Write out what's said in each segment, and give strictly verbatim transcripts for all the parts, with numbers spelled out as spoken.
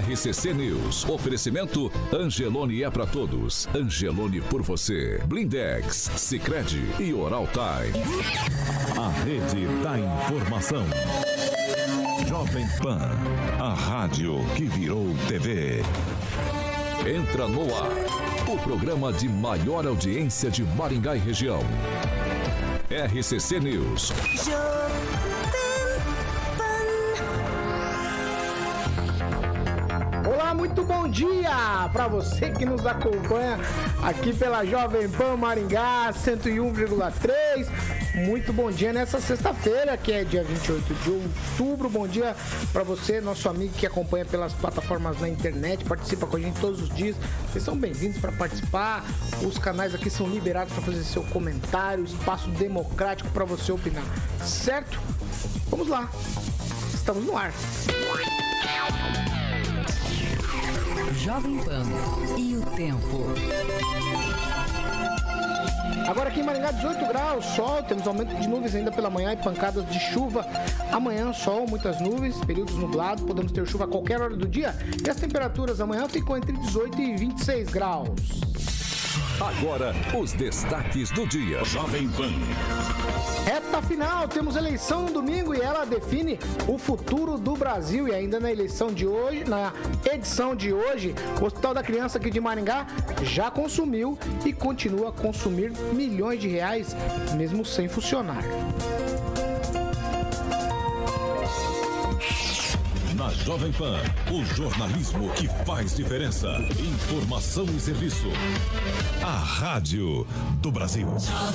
R C C News. Oferecimento Angelone é pra todos. Angelone por você. Blindex, Sicredi e Oral Time. A rede da informação. Jovem Pan, a rádio que virou T V. Entra no ar, o programa de maior audiência de Maringá e região. R C C News. Olá, muito bom dia para você que nos acompanha aqui pela Jovem Pan Maringá cento e um vírgula três. Muito bom dia nessa sexta-feira, que é dia vinte e oito de outubro. Bom dia para você, nosso amigo que acompanha pelas plataformas na internet, participa com a gente todos os dias. Vocês são bem-vindos para participar. Os canais aqui são liberados para fazer seu comentário, espaço democrático para você opinar. Certo? Vamos lá. Estamos no ar. Jovem Pan e o tempo. Agora aqui em Maringá, dezoito graus, sol, temos aumento de nuvens ainda pela manhã e pancadas de chuva. Amanhã, sol, muitas nuvens, períodos nublados, podemos ter chuva a qualquer hora do dia. E as temperaturas amanhã ficam entre dezoito e vinte e seis graus. Agora, os destaques do dia. Jovem Pan. Reta final, temos eleição no domingo e ela define o futuro do Brasil. E ainda na eleição de hoje, na edição de hoje, o Hospital da Criança aqui de Maringá já consumiu e continua a consumir milhões de reais, mesmo sem funcionar. Na Jovem Pan, o jornalismo que faz diferença. Informação e serviço. A Rádio do Brasil.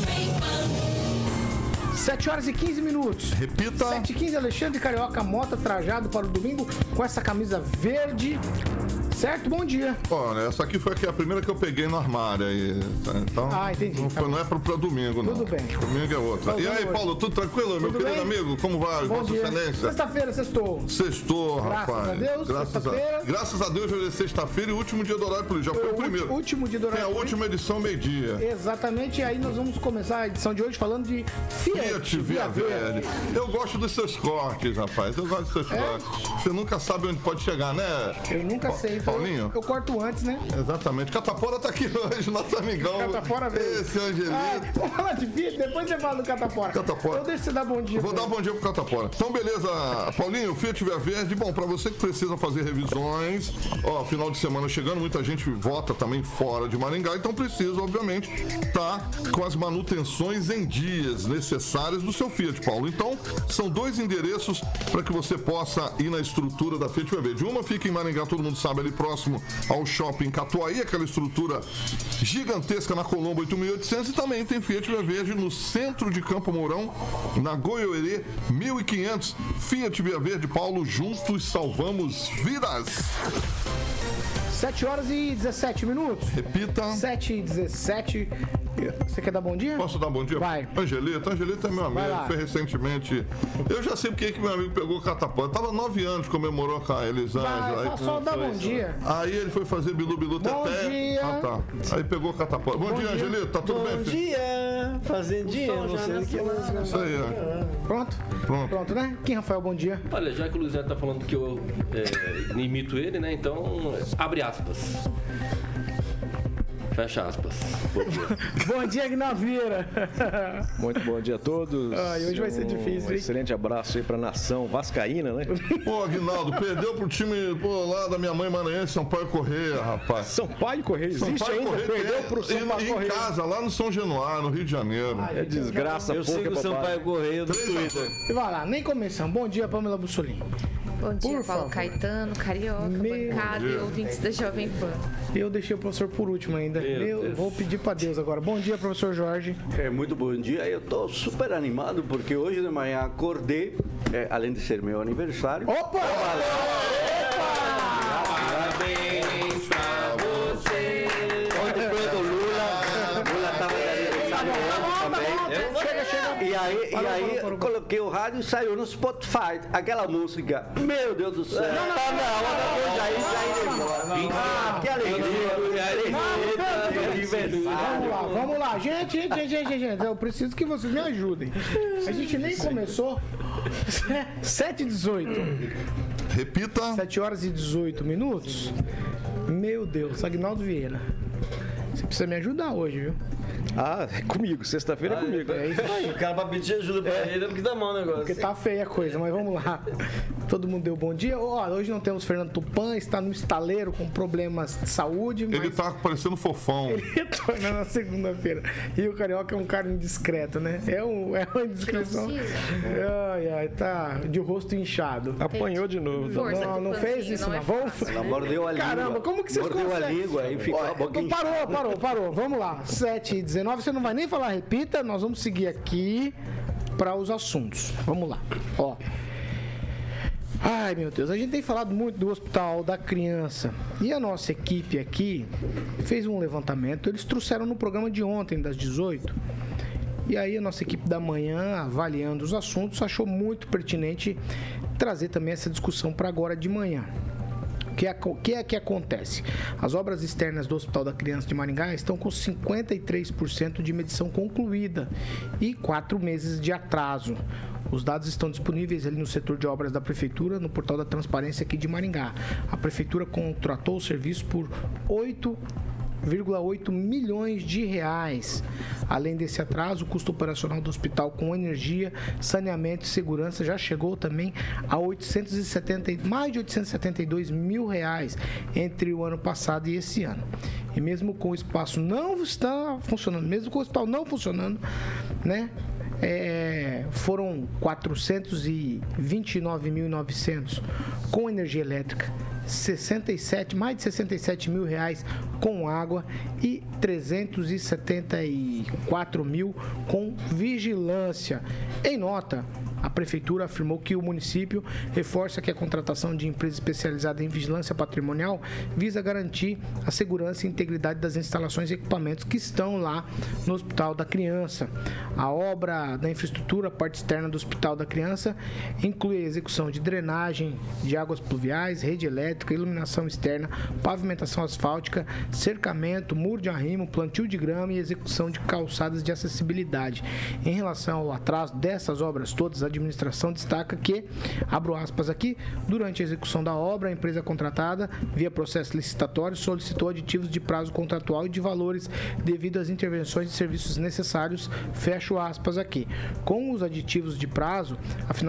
sete horas e quinze minutos. Repita. sete e quinze, Alexandre Carioca Mota, trajado para o domingo com essa camisa verde. Certo? Bom dia. Olha, essa aqui foi a primeira que eu peguei no armário aí. Então, ah, entendi. Não, foi, tá não é pra, pra domingo, não. Tudo bem. Domingo é outra. Tudo e aí, hoje. Paulo, tudo tranquilo, tudo meu querido bem? Amigo? Como vai? Bom Vossa dia. Excelência? Sexta-feira, sextou. Sextou, Graças rapaz. a Deus, Graças sexta-feira. a... Graças a Deus, hoje é sexta-feira e o último dia do horário político. Já foi, foi o primeiro. O último dia do horário Tem a última edição, meio-dia. Exatamente, e aí nós vamos começar a edição de hoje falando de Fiat, Fiat Via Verde. Eu gosto dos seus cortes, rapaz. Eu gosto dos seus é? cortes. Você nunca sabe onde pode chegar, né? Eu nunca pa sei. Paulinho? Eu, eu corto antes, né? Exatamente. Catapora tá aqui hoje, nosso amigão. Catapora veio. Esse Angelino. Ah, vamos falar de Fiat, depois você fala do Catapora. Catapora. Então deixa você dar bom dia. Vou dar bom dia pro Catapora. Então, beleza, Paulinho, Fiat Via Verde. Bom, pra você que precisa fazer revisões, ó, final de semana chegando, muita gente vota também fora de Maringá, então precisa, obviamente, tá com as manutenções em dias necessárias do seu Fiat, Paulo. Então, são dois endereços para que você possa ir na estrutura da Fiat Via Verde. Uma fica em Maringá, todo mundo sabe, ali próximo ao Shopping Catuaí, aquela estrutura gigantesca na Colombo oito mil e oitocentos, e também tem Fiat Via Verde no centro de Campo Mourão, na Goiôerê mil e quinhentos. Fiat Via Verde, Paulo, juntos salvamos vidas. sete horas e dezessete minutos. Repita. sete e dezessete. Você quer dar bom dia? Posso dar bom dia? Vai. Angelita, Angelita é meu amigo, foi recentemente. Eu já sei porque que meu amigo pegou o catapora. Tava nove anos, comemorou com a Elisângela. Vai, aí, só dá bom dia. Aí ele foi fazer bilu bilu teté. Bom dia. Ah, tá. Aí pegou o catapora. Bom, bom dia, dia, Angelita, tá tudo bom bem, filho? Bom dia, fazendinha, não sei o que é. Isso aí, ó. Pronto? Pronto. Pronto, né? Quem, Rafael, bom dia. Olha, já que o Luiz Neto tá falando que eu é, imito ele, né? Então, abre aspas. Fecha aspas. Bom dia. Bom dia, Guinavira. Muito bom dia a todos. Ai, hoje vai ser difícil, um hein? excelente abraço aí pra nação vascaína, né? Pô, Aguinaldo, perdeu pro time pô, lá da minha mãe maranhense, Sampaio Correia, rapaz. Sampaio Correia, existe Sampaio ainda? Correia, Perdeu pro em, Sampaio em Correia. casa, lá no São Januário, no Rio de Janeiro. É desgraça Eu pouca, sigo o Sampaio Correia do Twitter. E vai lá, nem começamos. Bom dia, Pamela Bussolini. Bom dia, Por Paulo favor. Caetano, Carioca, Meu bancada e Deus. ouvintes da Jovem Pan. Eu deixei o professor por último ainda. Meu Eu Deus. vou pedir pra Deus agora. Bom dia, professor Jorge. É, muito bom dia. Eu tô super animado porque hoje de manhã acordei, é, além de ser meu aniversário. Opa! Parabéns pra você. Ontem foi do Lula. Lula tava de aniversário ontem também. Chega, chega. E aí, Parou, e aí parou, parou. coloquei o rádio e saiu no Spotify. Aquela música, meu Deus do céu. Não, não, tá na hora do Jair sair embora. Que alegria. Vamos lá, vamos lá. Gente, gente, gente, gente, gente, eu preciso que vocês me ajudem. A gente nem começou. sete e dezoito. Repita. sete horas e dezoito minutos. Meu Deus, Agnaldo Vieira. Você precisa me ajudar hoje, viu? Ah, é comigo. Sexta-feira é comigo. É isso aí. O cara pra pedir ajuda pra ele é porque dá mal o negócio. Porque tá feia a coisa, mas vamos lá. Todo mundo deu bom dia. Ó, hoje não temos Fernando Tupan, está no estaleiro com problemas de saúde. Mas Ele tá parecendo fofão. ele retorna na segunda-feira. E o Carioca é um cara indiscreto, né? É, um, é uma indiscrição. Ai, ai, tá de rosto inchado. Apanhou de novo. Força, Não, não Tupanzinho, fez isso, não é não. Vamos. fácil. Ela mordeu a língua. Caramba, como que vocês Mordeu conseguem? a língua e ficou a boca Então, parou, parou, parou. Vamos lá. sete e dezenove. Você não vai nem falar, repita. Nós vamos seguir aqui para os assuntos. Vamos lá. Ó. Ai, meu Deus, a gente tem falado muito do Hospital da Criança. E a nossa equipe aqui fez um levantamento. Eles trouxeram no programa de ontem, das dezoito. E aí a nossa equipe da manhã, avaliando os assuntos, achou muito pertinente trazer também essa discussão para agora de manhã. O que é, que é que acontece? As obras externas do Hospital da Criança de Maringá estão com cinquenta e três por cento de medição concluída e quatro meses de atraso. Os dados estão disponíveis ali no setor de obras da Prefeitura, no portal da Transparência aqui de Maringá. A Prefeitura contratou o serviço por oito vírgula oito milhões de reais. Além desse atraso, o custo operacional do hospital com energia, saneamento e segurança já chegou também a oitocentos e setenta, mais de oitocentos e setenta e dois mil reais entre o ano passado e esse ano. E mesmo com o espaço não está funcionando, mesmo com o hospital não funcionando, né? É, foram quatrocentos e vinte e nove mil e novecentos com energia elétrica, sessenta e sete, mais de sessenta e sete mil reais com água e trezentos e setenta e quatro mil com vigilância. Em nota, a Prefeitura afirmou que o município reforça que a contratação de empresa especializada em vigilância patrimonial visa garantir a segurança e integridade das instalações e equipamentos que estão lá no Hospital da Criança. A obra da infraestrutura, parte externa do Hospital da Criança, inclui a execução de drenagem de águas pluviais, rede elétrica, iluminação externa, pavimentação asfáltica, cercamento, muro de arrimo, plantio de grama e execução de calçadas de acessibilidade. Em relação ao atraso dessas obras todas, a administração destaca que, abro aspas aqui, durante a execução da obra, a empresa contratada, via processo licitatório, solicitou aditivos de prazo contratual e de valores devido às intervenções de serviços necessários, fecho aspas aqui. Com os aditivos de prazo,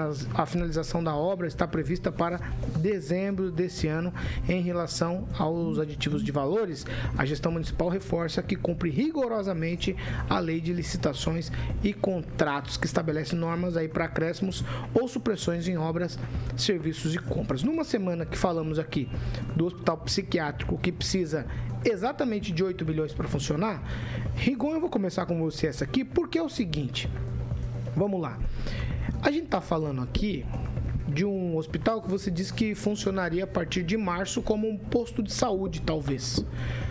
a finalização da obra está prevista para dezembro desse ano. Em relação aos aditivos de valores, a gestão municipal reforça que cumpre rigorosamente a lei de licitações e contratos, que estabelece normas aí para acréscimos ou supressões em obras, serviços e compras. Numa semana que falamos aqui do hospital psiquiátrico, que precisa exatamente de oito milhões para funcionar, Rigon, eu vou começar com você essa aqui, porque é o seguinte, vamos lá, a gente está falando aqui de um hospital que você disse que funcionaria a partir de março como um posto de saúde, talvez.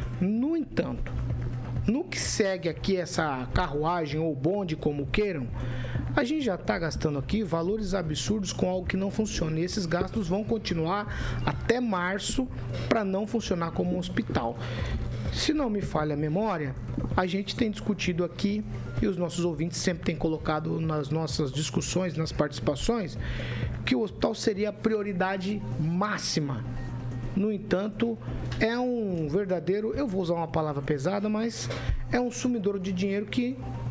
No entanto, no que segue aqui essa carruagem ou bonde, como queiram, a gente já está gastando aqui valores absurdos com algo que não funciona. E esses gastos vão continuar até março para não funcionar como um hospital. Se não me falha a memória, a gente tem discutido aqui, e os nossos ouvintes sempre têm colocado nas nossas discussões, nas participações, que o hospital seria a prioridade máxima. No entanto, é um verdadeiro, eu vou usar uma palavra pesada, mas é um sumidouro de dinheiro que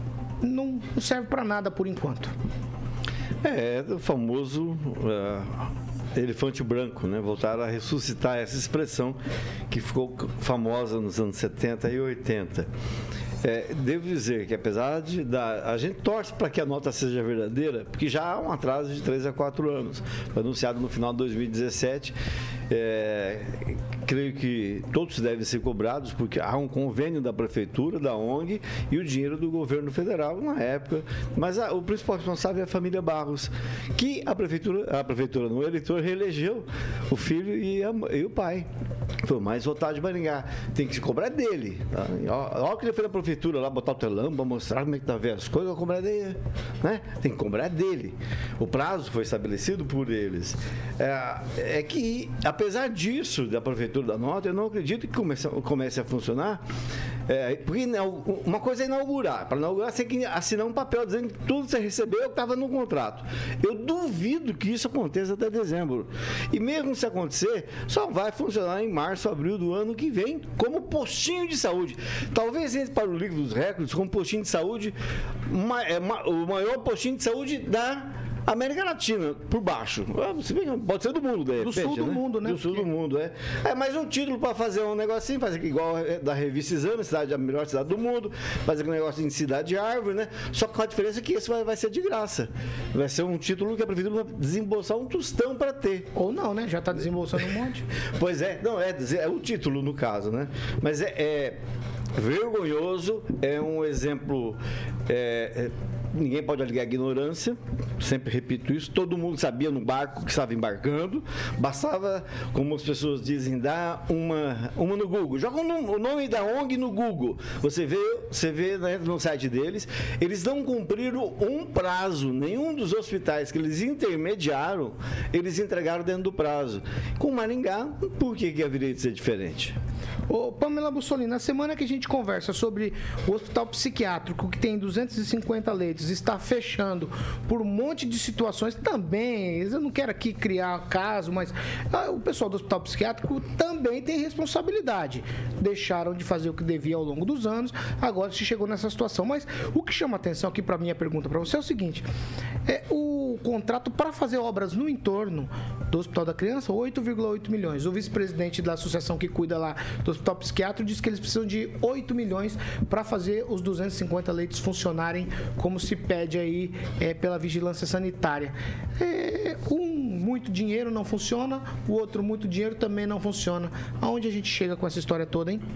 não serve para nada por enquanto. É, o famoso uh, elefante branco, né? Voltaram a ressuscitar essa expressão que ficou famosa nos anos setenta e oitenta. É, devo dizer que apesar de dar, a gente torce para que a nota seja verdadeira, porque já há um atraso de três a quatro anos. Foi anunciado no final de dois mil e dezessete, é, creio que todos devem ser cobrados, porque há um convênio da Prefeitura, da O N G e o dinheiro do governo federal na época. Mas a, o principal responsável é a família Barros, que a Prefeitura, a Prefeitura, no eleitor, reelegeu o filho e, a, e o pai. Foi o mais votado de Maringá. Tem que se cobrar dele. Tá? Olha o que ele fez na Prefeitura lá, botar o telão para mostrar como é que tá vendo as coisas, cobrar dele. Né? Tem que cobrar dele. O prazo foi estabelecido por eles. É, é que, apesar disso, da Prefeitura da Nota, eu não acredito que comece, comece a funcionar. É, porque uma coisa é inaugurar. Para inaugurar, você tem que assinar um papel dizendo que tudo que você recebeu estava no contrato. Eu duvido que isso aconteça até dezembro. E mesmo se acontecer, só vai funcionar em março, abril do ano que vem, como postinho de saúde. Talvez entre para o livro dos recordes como postinho de saúde, o maior postinho de saúde da América Latina, por baixo. Pode ser do mundo, de repente, do sul do né? mundo, né? Do sul do mundo, é. É mais um título para fazer um negocinho, fazer igual da revista Exame, cidade, a melhor cidade do mundo, fazer um negócio em cidade de árvore, né? Só com a diferença que esse vai, vai ser de graça. Vai ser um título que a Prefeitura vai desembolsar um tostão para ter. Ou não, né? Já está desembolsando um monte. Pois é, não, é, é o título no caso, né? Mas é, é vergonhoso, é um exemplo. É, é, Ninguém pode alegar ignorância, sempre repito isso, todo mundo sabia no barco que estava embarcando, bastava, como as pessoas dizem, dar uma, uma no Google, joga o nome da O N G no Google, você vê, você vê né, no site deles, eles não cumpriram um prazo, nenhum dos hospitais que eles intermediaram, eles entregaram dentro do prazo. Com Maringá, por que, que haveria de ser diferente? Ô, Pamela Bussolini, na semana que a gente conversa sobre o hospital psiquiátrico, que tem duzentos e cinquenta leitos, está fechando por um monte de situações também, eu não quero aqui criar caso, mas ah, o pessoal do hospital psiquiátrico também tem responsabilidade. Deixaram de fazer o que devia ao longo dos anos, agora se chegou nessa situação. Mas o que chama atenção aqui para minha pergunta para você é o seguinte, é o contrato para fazer obras no entorno do Hospital da Criança, oito vírgula oito milhões. O vice-presidente da associação que cuida lá do Hospital Psiquiátrico disse que eles precisam de oito milhões para fazer os duzentos e cinquenta leitos funcionarem como se pede aí é, pela vigilância sanitária. É, um muito dinheiro não funciona, o outro muito dinheiro também não funciona. Aonde a gente chega com essa história toda, hein?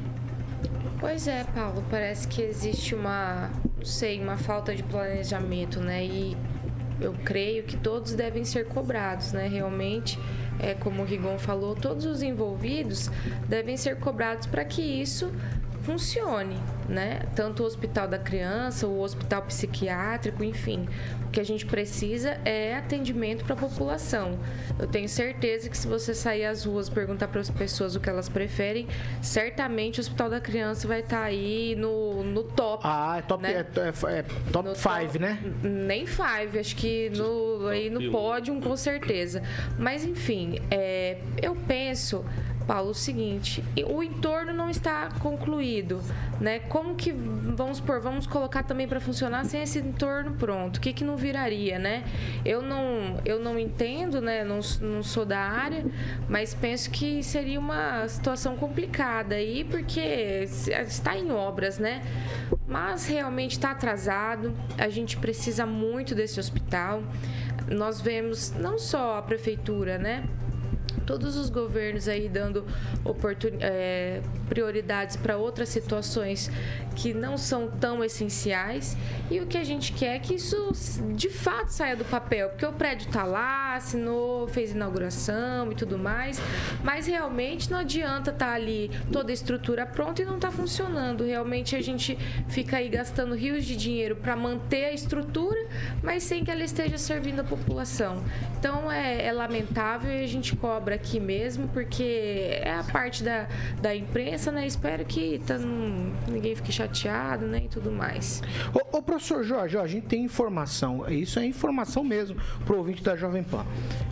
Pois é, Paulo, parece que existe uma, não sei, uma falta de planejamento, né? E eu creio que todos devem ser cobrados, né? Realmente, é, como o Rigon falou, todos os envolvidos devem ser cobrados para que isso funcione, né? Tanto o Hospital da Criança, o Hospital Psiquiátrico, enfim. O que a gente precisa é atendimento para a população. Eu tenho certeza que se você sair às ruas e perguntar para as pessoas o que elas preferem, certamente o Hospital da Criança vai estar aí no, no top. Ah, é top, né? é, é, é top five, né? Nem five, acho que no, aí no pódio, com certeza. Mas, enfim, é, eu penso, Paulo, o seguinte, o entorno não está concluído, né? Como que, vamos supor, vamos colocar também para funcionar sem esse entorno pronto? O que que não viraria, né? Eu não, eu não entendo, né? Não, não sou da área, mas penso que seria uma situação complicada aí, porque está em obras, né? Mas realmente está atrasado, a gente precisa muito desse hospital. Nós vemos não só a prefeitura, né? Todos os governos aí dando oportun... é, prioridades para outras situações que não são tão essenciais, e o que a gente quer é que isso de fato saia do papel, porque o prédio está lá, assinou, fez inauguração e tudo mais, mas realmente não adianta estar tá ali toda a estrutura pronta e não está funcionando. Realmente a gente fica aí gastando rios de dinheiro para manter a estrutura, mas sem que ela esteja servindo a população. Então é, é lamentável, e a gente cobra aqui mesmo, porque é a parte da, da imprensa, né? Espero que tá, não, ninguém fique chateado, né? E tudo mais. Ô, ô professor Jorge, ó, a gente tem informação, isso é informação mesmo pro ouvinte da Jovem Pan,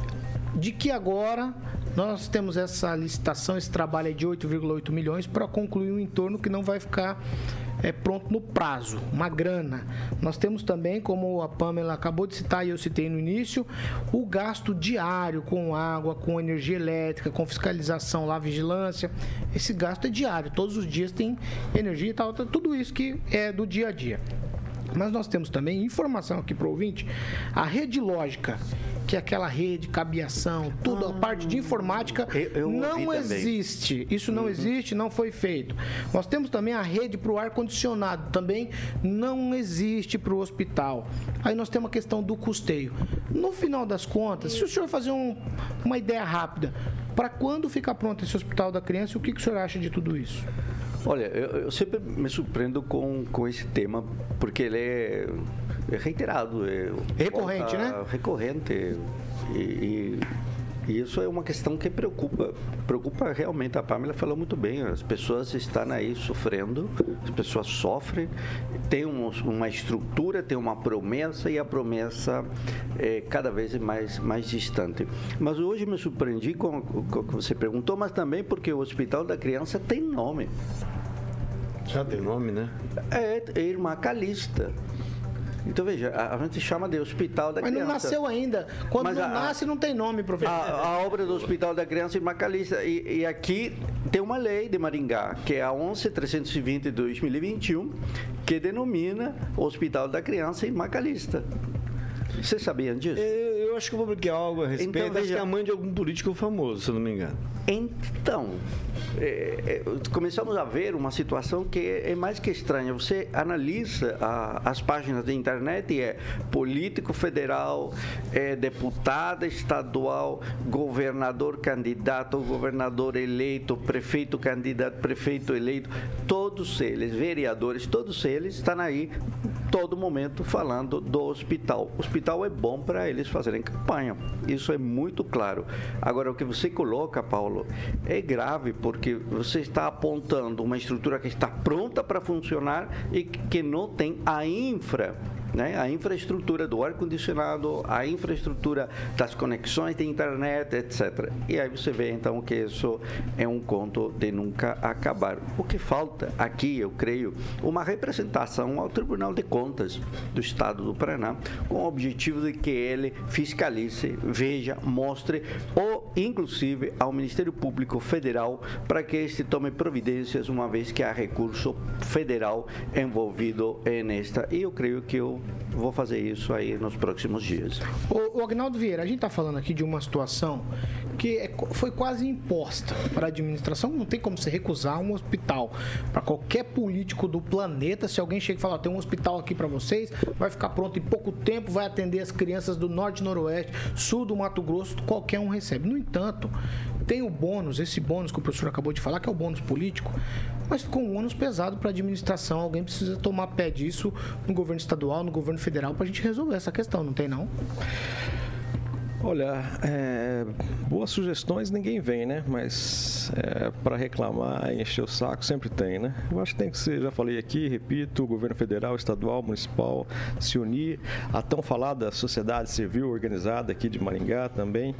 de que agora nós temos essa licitação, esse trabalho de oito vírgula oito milhões para concluir um entorno que não vai ficar é, pronto no prazo, uma grana. Nós temos também, como a Pamela acabou de citar e eu citei no início, o gasto diário com água, com energia elétrica, com fiscalização lá, vigilância. Esse gasto é diário, todos os dias tem energia e tal, tudo isso que é do dia a dia. Mas nós temos também informação aqui para o ouvinte, a Rede Lógica que aquela rede, cabeação, tudo, a parte de informática Eu- eu ouvi não também. existe. Isso não existe, não foi feito. Nós temos também a rede para o ar-condicionado, também não existe para o hospital. Aí nós temos a questão do custeio. No final das contas, se o senhor fazer um- uma ideia rápida, para quando ficar pronto esse hospital da criança, o que, que o senhor acha de tudo isso? Olha, eu, eu sempre me surpreendo com, com esse tema, porque ele é, é reiterado. É, Recorrente, volta- né? Recorrente. E, e- e isso é uma questão que preocupa. Preocupa realmente. A Pamela falou muito bem. As pessoas estão aí sofrendo, as pessoas sofrem, tem um- uma estrutura, tem uma promessa, e a promessa é cada vez mais, mais distante. Mas hoje me surpreendi com, com o que você perguntou, mas também porque o Hospital da Criança tem nome. Já tem nome, né? É, é Irmã Calista. Então, veja, a, a gente chama de Hospital da Mas Criança. não nasceu ainda. Quando Mas não a- nasce, não tem nome, professor. A, a obra do Hospital da Criança Irmã Calista. E, e aqui tem uma lei de Maringá, que é a onze mil trezentos e vinte de dois mil e vinte e um, que denomina Hospital da Criança Irmã Calista. Vocês sabiam disso? Eu, eu acho que eu vou publicar algo a respeito. Então, Acho veja- que é a mãe de algum político famoso, se eu não me engano. Então, é, é, começamos a ver uma situação que é, é mais que estranha. Você analisa a- as páginas da internet e é político federal, é deputada estadual, governador candidato, governador eleito, prefeito candidato, prefeito eleito, todos eles, vereadores, todos eles estão aí todo momento falando do hospital. O hospital é bom para eles fazerem campanha. Isso é muito claro. Agora, o que você coloca, Paulo, é grave, porque você está apontando uma estrutura que está pronta para funcionar e que não tem a infra, né? A infraestrutura do ar-condicionado, a infraestrutura das conexões de internet, etcétera. E aí você vê, então, que isso é um conto de nunca acabar. O que falta aqui, eu creio, uma representação ao Tribunal de Contas do Estado do Paraná, com o objetivo de que ele fiscalize, veja, mostre, ou, inclusive, ao Ministério Público Federal, para que este tome providências, uma vez que há recurso federal envolvido nesta. E eu creio que eu vou fazer isso aí nos próximos dias. O, o Agnaldo Vieira, a gente está falando aqui de uma situação que é, foi quase imposta para a administração. Não tem como você recusar um hospital para qualquer político do planeta. Se alguém chega e fala, ó, tem um hospital aqui para vocês, vai ficar pronto em pouco tempo, vai atender as crianças do norte, noroeste, sul do Mato Grosso, qualquer um recebe. No entanto, tem o bônus, esse bônus que o professor acabou de falar, que é o bônus político, mas ficou um ônus pesado para a administração. Alguém precisa tomar pé disso no governo estadual, no governo federal, para a gente resolver essa questão, não tem não? Olha, é, boas sugestões ninguém vem, né? Mas é, para reclamar e encher o saco sempre tem, né? Eu acho que tem que ser, já falei aqui, repito, o governo federal, estadual, municipal, se unir. A tão falada sociedade civil organizada aqui de Maringá também.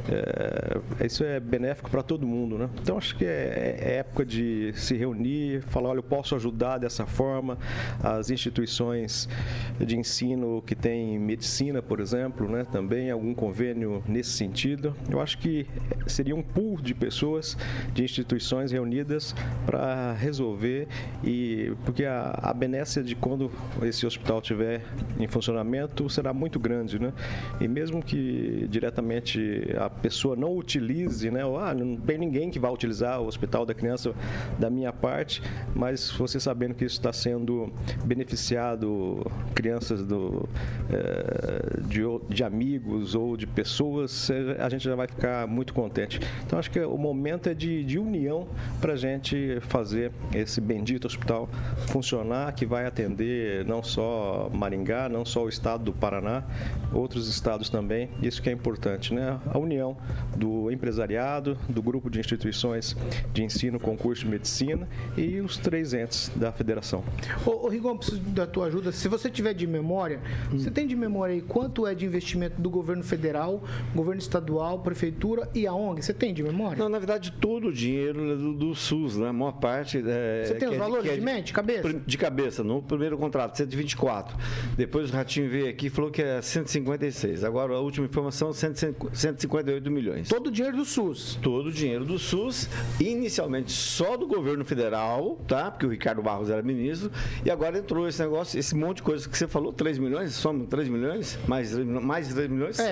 É, isso é benéfico para todo mundo, né? Então acho que é, é época de se reunir, falar, olha, eu posso ajudar dessa forma. As instituições de ensino que tem medicina, por exemplo, né? Também algum convênio nesse sentido. Eu acho que seria um pool de pessoas, de instituições reunidas para resolver, e porque a, a benécia de quando esse hospital estiver em funcionamento será muito grande, né? E mesmo que diretamente a pessoa não utilize, né? Ou, ah, não tem ninguém que vá utilizar o hospital da criança da minha parte, mas você sabendo que isso está sendo beneficiado crianças do, eh, de, de amigos ou de pessoas, a gente já vai ficar muito contente. Então, acho que o momento é de, de união para a gente fazer esse bendito hospital funcionar, que vai atender não só Maringá, não só o estado do Paraná, outros estados também. Isso que é importante, né? A união do empresariado, do grupo de instituições de ensino, concurso de medicina e os três entes da federação. Ô, ô Rigon, preciso da tua ajuda. Se você tiver de memória, hum. você tem de memória aí quanto é de investimento do governo federal, governo estadual, prefeitura e a ONG? Você tem de memória? Não, na verdade, todo o dinheiro é do, do SUS, né? A maior parte... É, você tem os é, valores é de mente, de cabeça? De cabeça, no primeiro contrato, cento e vinte e quatro. Depois o Ratinho veio aqui e falou que é cento e cinquenta e seis. Agora, a última informação, cento e cinquenta e oito milhões. Todo o dinheiro do SUS? Todo o dinheiro do SUS, inicialmente só do governo federal, tá? Porque o Ricardo Barros era ministro, e agora entrou esse negócio, esse monte de coisa que você falou, três milhões, somam três milhões, mais, mais três milhões, é. são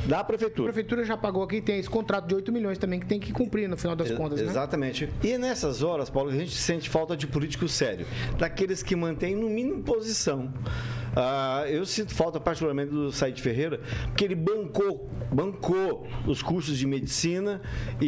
da A prefeitura. prefeitura já pagou aqui, tem esse contrato de oito milhões também que tem que cumprir no final das contas, né? Exatamente. E nessas horas, Paulo, a gente sente falta de político sério, daqueles que mantêm no mínimo posição. Ah, eu sinto falta particularmente do Said Ferreira, porque ele bancou, bancou os cursos de medicina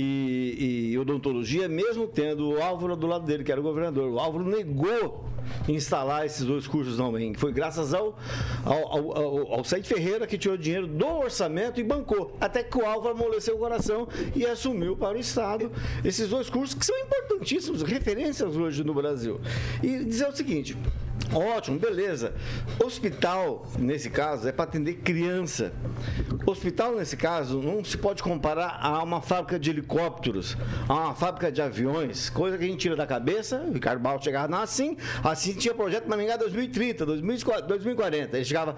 e, e odontologia, mesmo tendo o Álvaro do lado dele, que era o governador. O Álvaro negou instalar esses dois cursos não, hein? Foi graças ao, ao, ao, ao, ao Said Ferreira que tirou dinheiro do orçamento e bancou. Até que o Álvaro amoleceu o coração e assumiu para o Estado esses dois cursos que são importantíssimos, referências hoje no Brasil. E dizer o seguinte... Ótimo, beleza. Hospital, nesse caso, é para atender criança. Hospital, nesse caso, não se pode comparar a uma fábrica de helicópteros, a uma fábrica de aviões, coisa que a gente tira da cabeça. O Ricardo Barros chegava não, assim, assim tinha projeto Maringá dois mil e trinta, dois mil e quarenta. Ele chegava...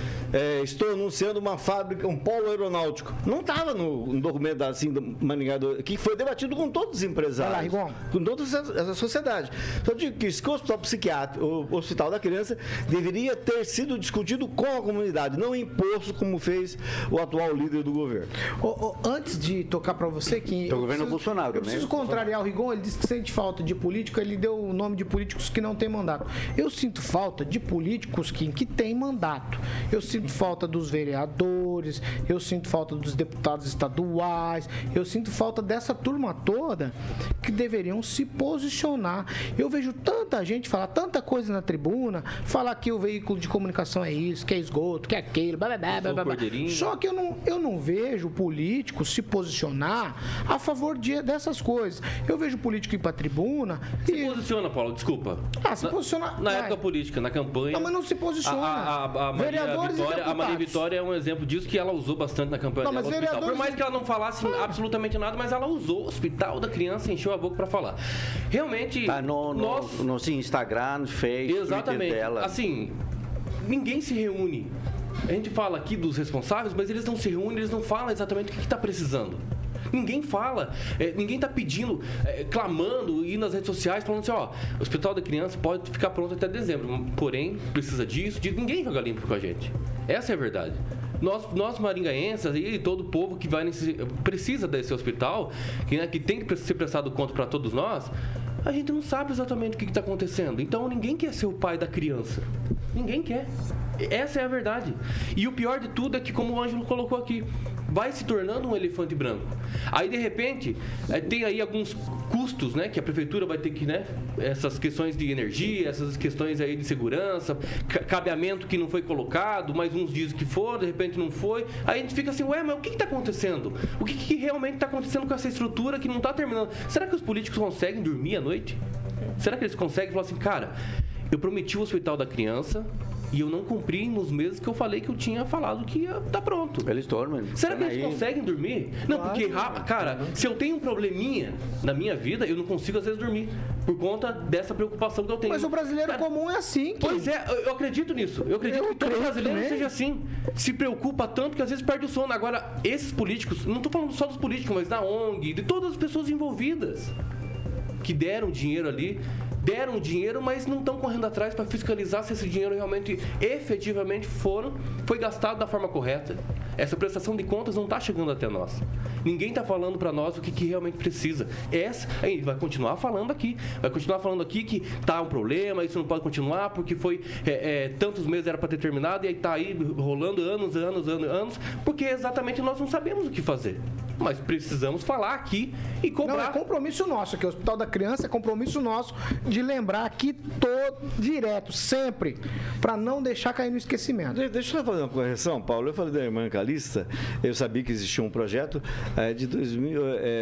É, estou anunciando uma fábrica, um polo aeronáutico. Não estava no, no documento assim do Maringá, que foi debatido com todos os empresários, Vai lá, com toda a sociedade. Só digo que o hospital psiquiátrico, o hospital da criança, deveria ter sido discutido com a comunidade, não imposto como fez o atual líder do governo. Ô, ô, antes de tocar para você, que o governo Bolsonaro, eu preciso né? contrariar o Rigon. Ele disse que sente falta de político, ele deu o nome de políticos que não têm mandato. Eu sinto falta de políticos que, que têm mandato. Eu sinto falta dos vereadores, eu sinto falta dos deputados estaduais, eu sinto falta dessa turma toda que deveriam se posicionar. Eu vejo tanta gente falar tanta coisa na tribuna, falar que o veículo de comunicação é isso, que é esgoto, que é aquilo, blá, blá, blá, blá, blá. Só que eu não, eu não vejo político se posicionar a favor de, dessas coisas. Eu vejo político ir pra tribuna Se e... posiciona, Paulo, desculpa. Ah, se na, posiciona... Na Vai. época política, na campanha... Não, mas não se posiciona. A, a, a, a Maria Vereadores Vitória, e a deputados. Maria Vitória é um exemplo disso, que ela usou bastante na campanha Não, dela, mas hospital. vereadores- Por mais que ela não falasse Ah. absolutamente nada, mas ela usou o hospital da criança, encheu a boca para falar. Realmente, Tá no, no, nós... no Instagram, no Facebook, Exatamente. dela. Assim, ninguém se reúne. A gente fala aqui dos responsáveis, mas eles não se reúnem, eles não falam exatamente o que está precisando. Ninguém fala, é, ninguém está pedindo, é, clamando, ir nas redes sociais, falando assim, ó, o Hospital da Criança pode ficar pronto até dezembro, porém, precisa disso, de ninguém joga limpo com a gente. Essa é a verdade. Nós, nós maringaenses e todo o povo que vai nesse, precisa desse hospital, que, né, que tem que ser prestado conta para todos nós, a gente não sabe exatamente o que está acontecendo. Então, ninguém quer ser o pai da criança. Ninguém quer. Essa é a verdade. E o pior de tudo é que, como o Ângelo colocou aqui, vai se tornando um elefante branco. Aí, de repente, é, tem aí alguns custos, né, que a prefeitura vai ter que, né, essas questões de energia, essas questões aí de segurança, cabeamento que não foi colocado, mas uns dizem que foi, de repente não foi. Aí a gente fica assim, ué, mas o que está acontecendo? O que, que realmente está acontecendo com essa estrutura que não está terminando? Será que os políticos conseguem dormir à noite? Será que eles conseguem falar assim, cara, eu prometi o Hospital da Criança e eu não cumpri nos meses que eu falei que eu tinha falado que ia estar pronto. Eles dormem. Será que eles aí. conseguem dormir? Não, porque, cara, se eu tenho um probleminha na minha vida, eu não consigo às vezes dormir. Por conta dessa preocupação que eu tenho. Mas o brasileiro Cara, comum é assim. Que... Pois é, eu, eu acredito nisso. Eu acredito Eu que todo creio brasileiro também. seja assim. Se preocupa tanto que às vezes perde o sono. Agora, esses políticos, não estou falando só dos políticos, mas da O N G, de todas as pessoas envolvidas que deram dinheiro ali, deram dinheiro, mas não estão correndo atrás para fiscalizar se esse dinheiro realmente, efetivamente foram, foi gastado da forma correta. Essa prestação de contas não está chegando até nós. Ninguém está falando para nós o que, que realmente precisa. Essa, a gente vai continuar falando aqui, vai continuar falando aqui que está um problema, isso não pode continuar porque foi é, é, tantos meses era para ter terminado e aí está aí rolando anos, anos, anos, anos, porque exatamente nós não sabemos o que fazer. Mas precisamos falar aqui e cobrar. Não, é compromisso nosso, que o Hospital da Criança é compromisso nosso de lembrar aqui todo, direto, sempre, para não deixar cair no esquecimento. De- Deixa eu fazer uma correção, Paulo. Eu falei da irmã Calista, eu sabia que existia um projeto é, de dois mil,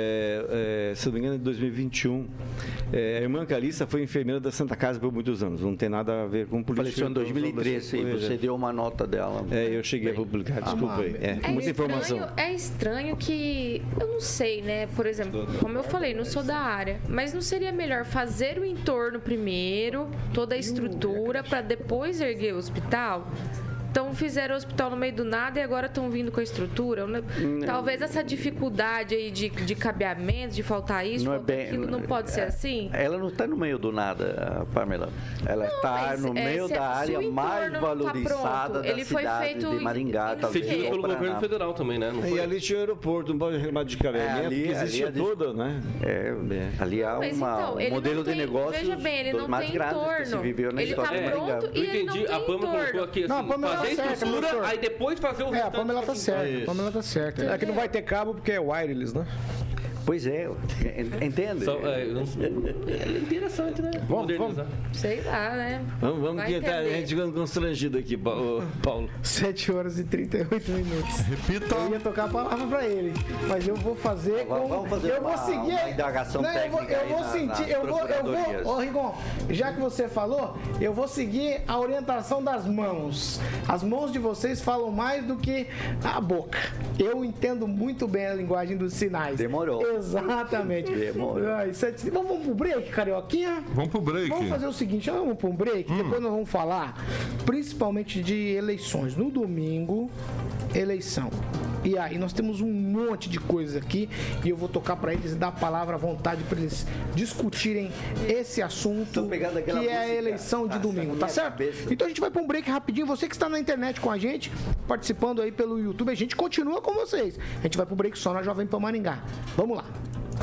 é, é, se eu não me engano, de dois mil e vinte e um. É, a irmã Calista foi enfermeira da Santa Casa por muitos anos, não tem nada a ver com política. Faleceu em dois mil e treze e você deu uma nota dela. É, eu cheguei a publicar, desculpa aí. É, É muita estranho, informação. é estranho que, eu não sei, né? Por exemplo, como eu falei, não sou da área, mas não seria melhor fazer o entorno primeiro, toda a estrutura, para depois erguer o hospital? Então fizeram o hospital no meio do nada e agora estão vindo com a estrutura. Talvez essa dificuldade aí de, de cabeamento, de faltar isso, não, faltar é bem, aquilo, não pode ser assim? Ela não está no meio do nada, Pamela. Ela está no é, meio se, da área mais valorizada tá da Ele cidade foi de Maringá. Cedido pelo governo federal também, né? Não e ali tinha o aeroporto, não pode reclamar de cabeamento, é, ali, existe ali, toda, né? É, ali há mas, uma, então, um modelo tem, de negócio veja bem, ele não mais tem grande que se viveu na ele história tá de Maringá. Pronto, eu entendi, a Pamela colocou aqui assim, não, a Pamela fazer tá estrutura, certa, aí depois fazer o é, restante. a Pamela tá certa, a Pamela tá certa. É que não vai ter cabo porque é wireless, né? Pois é, entende? Só, é, é interessante, né? Vamos, vamos. Sei lá, né? Vamos, vamos que tá, a gente ficando constrangido aqui, Paulo. sete horas e trinta e oito minutos. Repita. Eu ia tocar a palavra pra ele, mas eu vou fazer com... Vamos fazer eu vou uma, seguir... uma indagação não, eu vou, técnica eu vou na, sentir... Eu vou, eu vou... Ô, Rigon, já que você falou, eu vou seguir a orientação das mãos. As mãos de vocês falam mais do que a boca. Eu entendo muito bem a linguagem dos sinais. Demorou. Exatamente. Demorou. Ai, sete... Vamos pro break, Carioquinha? Vamos pro break. Vamos fazer o seguinte, vamos pro break, hum. depois nós vamos falar principalmente de eleições. No domingo, eleição. E aí nós temos um monte de coisas aqui e eu vou tocar para eles e dar a palavra à vontade para eles discutirem esse assunto que é a eleição de domingo, tá certo? Cabeça. Então a gente vai para um break rapidinho. Você que está na internet com a gente, participando aí pelo YouTube, a gente continua com vocês. A gente vai para o break só na Jovem Pan Maringá. Vamos lá.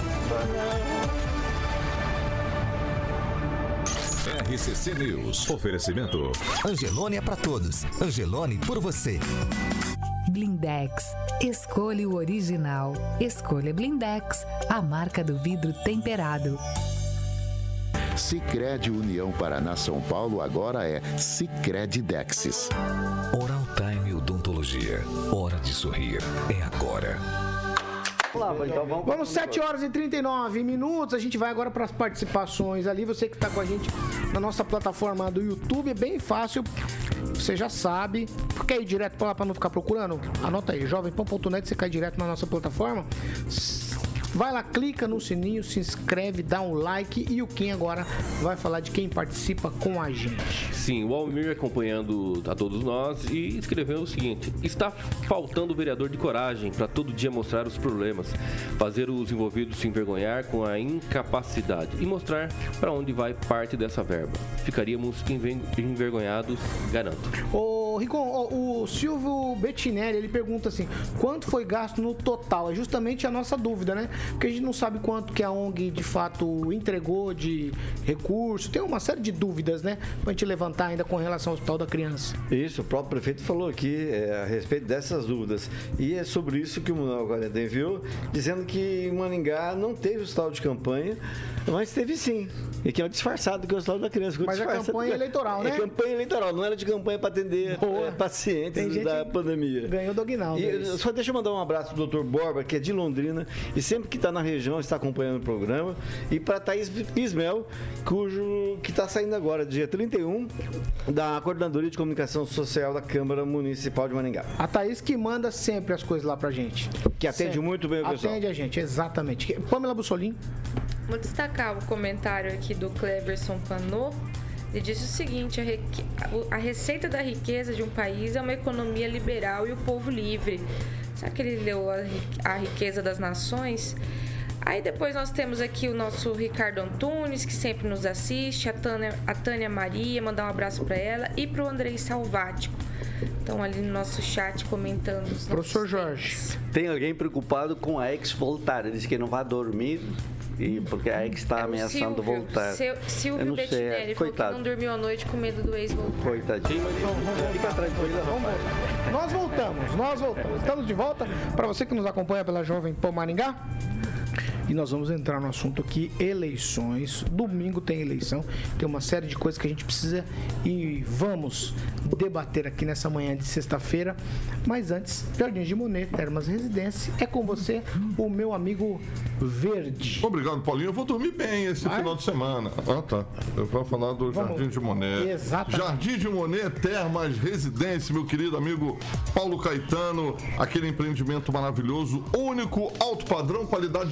R C C News. Oferecimento. Angelone é para todos. Angelone por você. Blindex. Escolha o original. Escolha Blindex, a marca do vidro temperado. Sicredi União Paraná São Paulo agora é Sicredi Dexis. Oral Time Odontologia. Hora de sorrir. É agora. Vamos, então vamos, vamos sete horas e trinta e nove minutos. A gente vai agora para as participações ali. Você que está com a gente na nossa plataforma do YouTube, é bem fácil. Você já sabe. Quer ir direto para lá para não ficar procurando? Anota aí, jovem pan ponto net, você cai direto na nossa plataforma. Vai lá, clica no sininho, se inscreve, dá um like e o Kim agora vai falar de quem participa com a gente. Sim, o Almir acompanhando a todos nós e escreveu o seguinte: está faltando vereador de coragem para todo dia mostrar os problemas, fazer os envolvidos se envergonhar com a incapacidade e mostrar para onde vai parte dessa verba. Ficaríamos envergonhados, garanto. Ô, Ricon, o Silvio Bettinelli, ele pergunta assim, quanto foi gasto no total? É justamente a nossa dúvida, né? Porque a gente não sabe quanto que a O N G de fato entregou de recurso. Tem uma série de dúvidas, né? Pra gente levantar ainda com relação ao Hospital da Criança. Isso, o próprio prefeito falou aqui é, a respeito dessas dúvidas. E é sobre isso que o Manuel Guareda enviou, dizendo que em Maringá não teve hospital de campanha, mas teve sim. E que é o disfarçado que é o Hospital da Criança. Mas a campanha eleitoral, né? É campanha eleitoral, não era de campanha para atender é, pacientes da pandemia. Ganhou do Aguinaldo. E, só deixa eu mandar um abraço pro doutor Borba, que é de Londrina, e sempre que está na região está acompanhando o programa, e para Thaís Ismel, cujo que está saindo agora, dia trinta e um, da Coordenadoria de Comunicação Social da Câmara Municipal de Maringá. A Thaís que manda sempre as coisas lá pra gente. Que atende sempre. Muito bem o pessoal. Atende a gente, exatamente. Pamela Bussolini. Vou destacar o comentário aqui do Cleverson Panot. Ele disse o seguinte: a, reque... a receita da riqueza de um país é uma economia liberal e o povo livre. Será que ele leu a, a riqueza das nações? Aí depois nós temos aqui o nosso Ricardo Antunes, que sempre nos assiste, a Tânia, a Tânia Maria, mandar um abraço para ela, e para o Andrei Salvático. Estão ali no nosso chat comentando. Os Professor Jorge. Tem alguém preocupado com a ex voltar. Ele disse que não vai dormir. E porque a ex está é ameaçando Silvio, voltar. Seu, Silvio Bettinelli falou que não dormiu a noite com medo do ex voltar. Coitadinho. Fica atrás de você. Nós voltamos, nós voltamos. Estamos de volta. Para você que nos acompanha pela Jovem Pan Maringá. E nós vamos entrar no assunto aqui, eleições. Domingo tem eleição, tem uma série de coisas que a gente precisa e vamos debater aqui nessa manhã de sexta-feira. Mas antes, Jardins de Monet, Termas Residência, é com você, o meu amigo Verde. Obrigado, Paulinho. Eu vou dormir bem esse Vai? final de semana. Ah, tá. Eu vou falar do vamos. Jardim de Monet. Exatamente. Jardim de Monet, Termas Residência, meu querido amigo Paulo Caetano. Aquele empreendimento maravilhoso, único, alto padrão, qualidade de vida.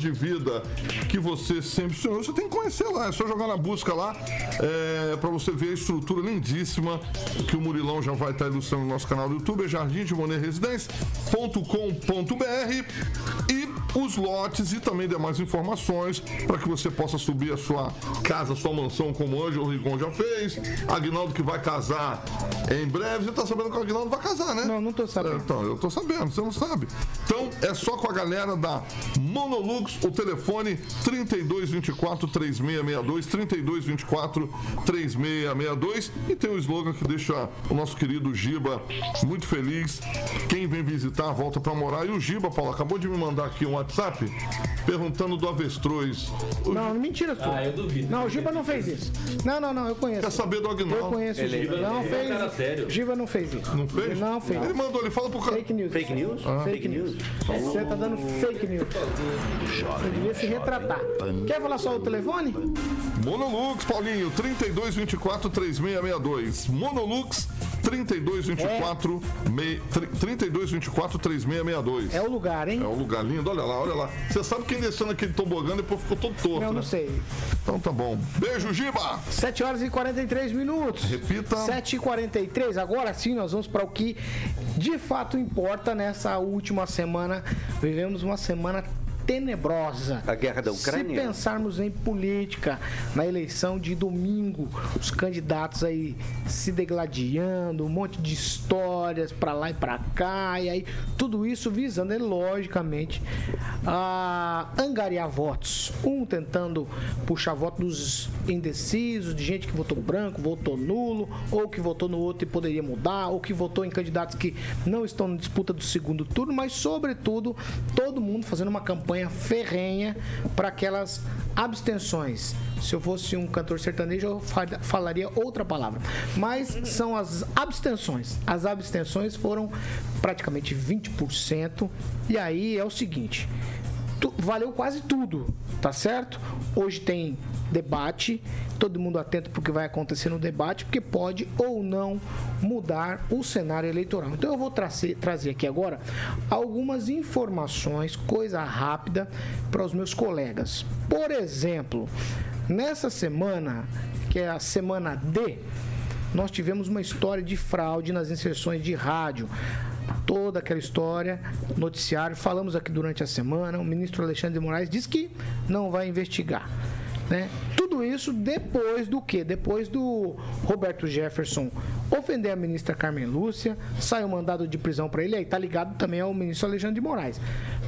vida que você sempre sonhou, você tem que conhecer lá. É só jogar na busca lá é, para você ver a estrutura lindíssima que o Murilão já vai estar ilustrando no nosso canal do YouTube, é jardim de monet residência ponto com ponto b r, e os lotes e também demais informações para que você possa subir a sua casa, a sua mansão, como o Ângelo Rigon já fez. Aguinaldo que vai casar em breve. Você tá sabendo que o Aguinaldo vai casar, né? Não, não tô sabendo. Então, eu tô sabendo, você não sabe. Então, é só com a galera da Monolux, o telefone trinta e dois, vinte e quatro, trinta e seis sessenta e dois, trinta e dois, vinte e quatro, trinta e seis sessenta e dois, e tem o slogan que deixa o nosso querido Giba muito feliz. Quem vem visitar, volta pra morar. E o Giba, Paulo, acabou de me mandar aqui um WhatsApp perguntando do avestruz. O não, G... mentira sua. Ah, eu duvido. Não, o Giba não fez isso. Não, não, não, eu conheço. Quer saber do Aguinaldo? Eu conheço o Giba. Não ele fez. É um cara sério. Giba não fez isso. Não fez? Não fez. Ele mandou, ele fala pro cara. Fake news. Fake news? Ah. Fake, Fake news. news. Você tá dando fake news. Você devia se retratar. Quer falar só o telefone? Monolux, Paulinho, trinta e dois, vinte e quatro, trinta e seis sessenta e dois. Monolux, trinta e dois, vinte e quatro, trinta e dois, vinte e quatro, trinta e seis sessenta e dois. É o lugar, hein? É o lugar lindo, olha lá, olha lá. Você sabe quem desceu naquele tobogã depois ficou todo torto, Eu não né? sei. Então tá bom. Beijo, Giba! sete horas e quarenta e três minutos. Repita. sete e quarenta e três. Agora sim, nós vamos para o que de fato importa nessa última semana. Vivemos uma semana tenebrosa. A guerra da Ucrânia? Se pensarmos em política, na eleição de domingo, os candidatos aí se degladiando, um monte de histórias pra lá e pra cá, e aí tudo isso visando, logicamente, a angariar votos. Um tentando puxar voto dos indecisos, de gente que votou branco, votou nulo, ou que votou no outro e poderia mudar, ou que votou em candidatos que não estão na disputa do segundo turno, mas, sobretudo, todo mundo fazendo uma campanha ferrenha para aquelas abstenções. Se eu fosse um cantor sertanejo, eu falaria outra palavra. Mas são as abstenções. As abstenções foram praticamente vinte por cento. E aí é o seguinte, tu, valeu quase tudo, tá certo? Hoje tem debate, todo mundo atento para o que vai acontecer no debate, porque pode ou não mudar o cenário eleitoral. Então eu vou trazer, trazer aqui agora algumas informações, coisa rápida, para os meus colegas. Por exemplo, nessa semana, que é a semana D, nós tivemos uma história de fraude nas inserções de rádio. Toda aquela história, noticiário, falamos aqui durante a semana, o ministro Alexandre de Moraes disse que não vai investigar. Né? Tudo isso depois do quê? Depois do Roberto Jefferson ofender a ministra Carmen Lúcia, sai o mandado de prisão para ele, aí tá ligado também ao ministro Alexandre de Moraes.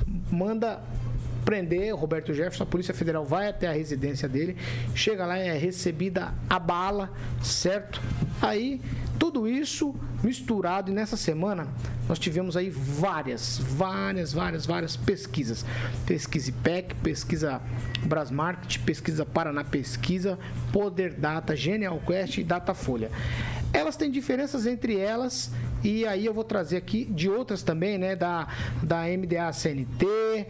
Manda prender o Roberto Jefferson, a Polícia Federal vai até a residência dele, chega lá e é recebida a bala, certo? Aí, tudo isso misturado, e nessa semana nós tivemos aí várias, várias, várias, várias pesquisas. Pesquisa I P E C, pesquisa Brasmarket, pesquisa Paraná Pesquisa, Poder Data, Genial Quest e Datafolha. Elas têm diferenças entre elas, e aí eu vou trazer aqui de outras também, né, da, da M D A C N T,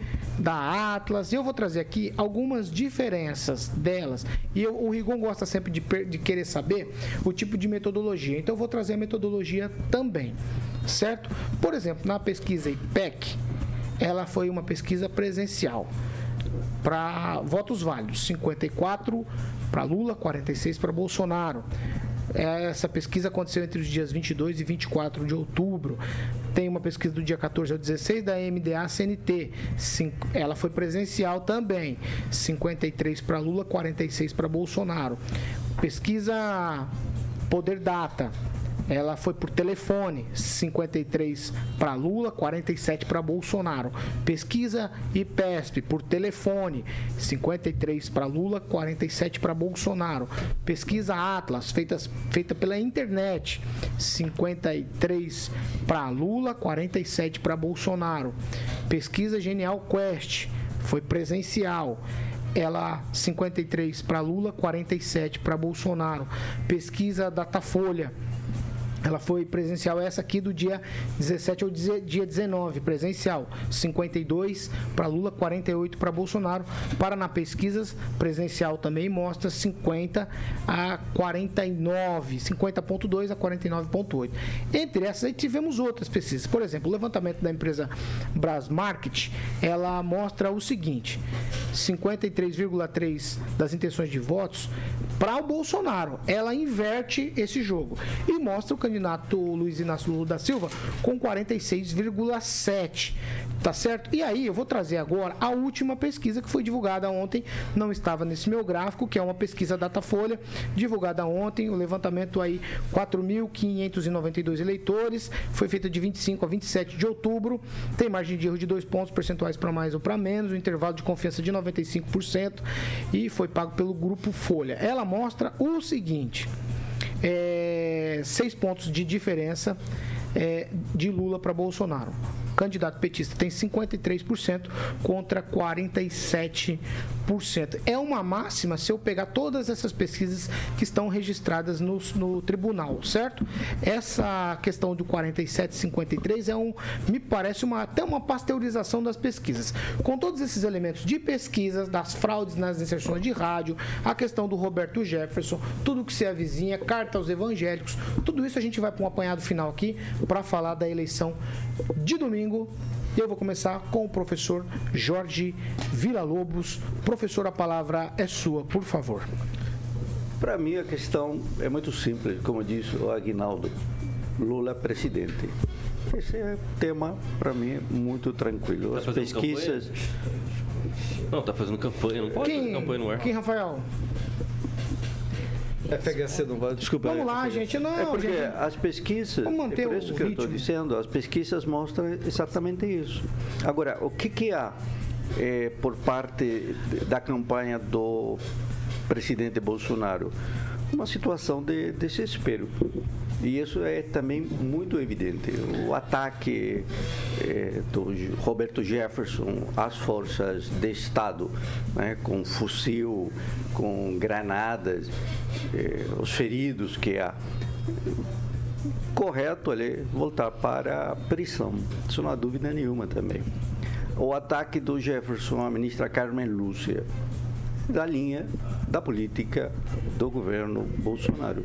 da Atlas, e eu vou trazer aqui algumas diferenças delas. E eu, o Rigon gosta sempre de, de querer saber o tipo de metodologia, então eu vou trazer a metodologia também, certo? Por exemplo, na pesquisa I P E C, ela foi uma pesquisa presencial para votos válidos, cinquenta e quatro para Lula, quarenta e seis para Bolsonaro. Essa pesquisa aconteceu entre os dias vinte e dois e vinte e quatro de outubro. Tem uma pesquisa do dia quatorze ao dezesseis da M D A C N T. Ela foi presencial também. cinquenta e três para Lula, quarenta e seis para Bolsonaro. Pesquisa Poder Data. Ela foi por telefone, cinquenta e três para Lula, quarenta e sete para Bolsonaro. Pesquisa I P E S P por telefone, cinquenta e três para Lula, quarenta e sete para Bolsonaro. Pesquisa Atlas, feita, feita pela internet, cinquenta e três para Lula, quarenta e sete para Bolsonaro. Pesquisa Genial Quest, foi presencial. Ela cinquenta e três para Lula, quarenta e sete para Bolsonaro. Pesquisa Datafolha, ela foi presencial, essa aqui do dia dezessete ao dia dezenove, presencial, cinquenta e dois para Lula, quarenta e oito para Bolsonaro. Paraná Pesquisas, presencial também, mostra cinquenta a quarenta e nove, cinquenta ponto dois a quarenta e nove ponto oito. Entre essas aí tivemos outras pesquisas, por exemplo, o levantamento da empresa Brasmarket, ela mostra o seguinte, cinquenta e três vírgula três por cento das intenções de votos para o Bolsonaro. Ela inverte esse jogo e mostra o candidato Luiz Inácio Lula da Silva com quarenta e seis vírgula sete por cento. Tá certo? E aí eu vou trazer agora a última pesquisa que foi divulgada ontem, não estava nesse meu gráfico, que é uma pesquisa Datafolha, divulgada ontem, o levantamento aí, quatro mil quinhentos e noventa e dois eleitores, foi feita de vinte e cinco a vinte e sete de outubro, tem margem de erro de dois pontos percentuais para mais ou para menos, o intervalo de confiança de noventa e cinco por cento e foi pago pelo Grupo Folha. Ela mostra o seguinte, é, seis pontos de diferença é, de Lula para Bolsonaro. O candidato petista tem cinquenta e três por cento contra quarenta e sete por cento. É uma máxima se eu pegar todas essas pesquisas que estão registradas no, no tribunal, certo? Essa questão do quarenta e sete, cinquenta e três é um, me parece uma, até uma pasteurização das pesquisas. Com todos esses elementos de pesquisas, das fraudes nas inserções de rádio, a questão do Roberto Jefferson, tudo que se avizinha, carta aos evangélicos, tudo isso a gente vai para um apanhado final aqui para falar da eleição de domingo. E eu vou começar com o professor Jorge Villa-Lobos. Professor, a palavra é sua, por favor. Para mim, a questão é muito simples, como disse o Aguinaldo. Lula presidente. Esse é tema, para mim, muito tranquilo. As tá pesquisas... Campanha? Não, está fazendo campanha, não pode quem, fazer campanha no ar. Quem, Rafael? F H C não vai, desculpa. Vamos lá, gente, não, é porque gente, as pesquisas, vamos manter é por isso o que eu estou ritmo. dizendo, as pesquisas mostram exatamente isso. Agora, o que que há é, por parte da campanha do presidente Bolsonaro? Uma situação de desespero. E isso é também muito evidente. O ataque é, do Roberto Jefferson às forças de Estado, né, com fuzil, com granadas, é, os feridos que há. Correto ali voltar para a prisão, isso não há dúvida nenhuma também. O ataque do Jefferson à ministra Carmen Lúcia, da linha da política do governo Bolsonaro.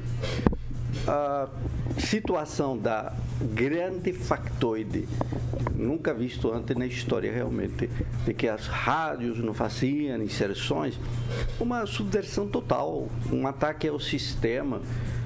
A situação da grande factoide, nunca visto antes na história realmente, de que as rádios não faziam inserções, uma subversão total, um ataque ao sistema.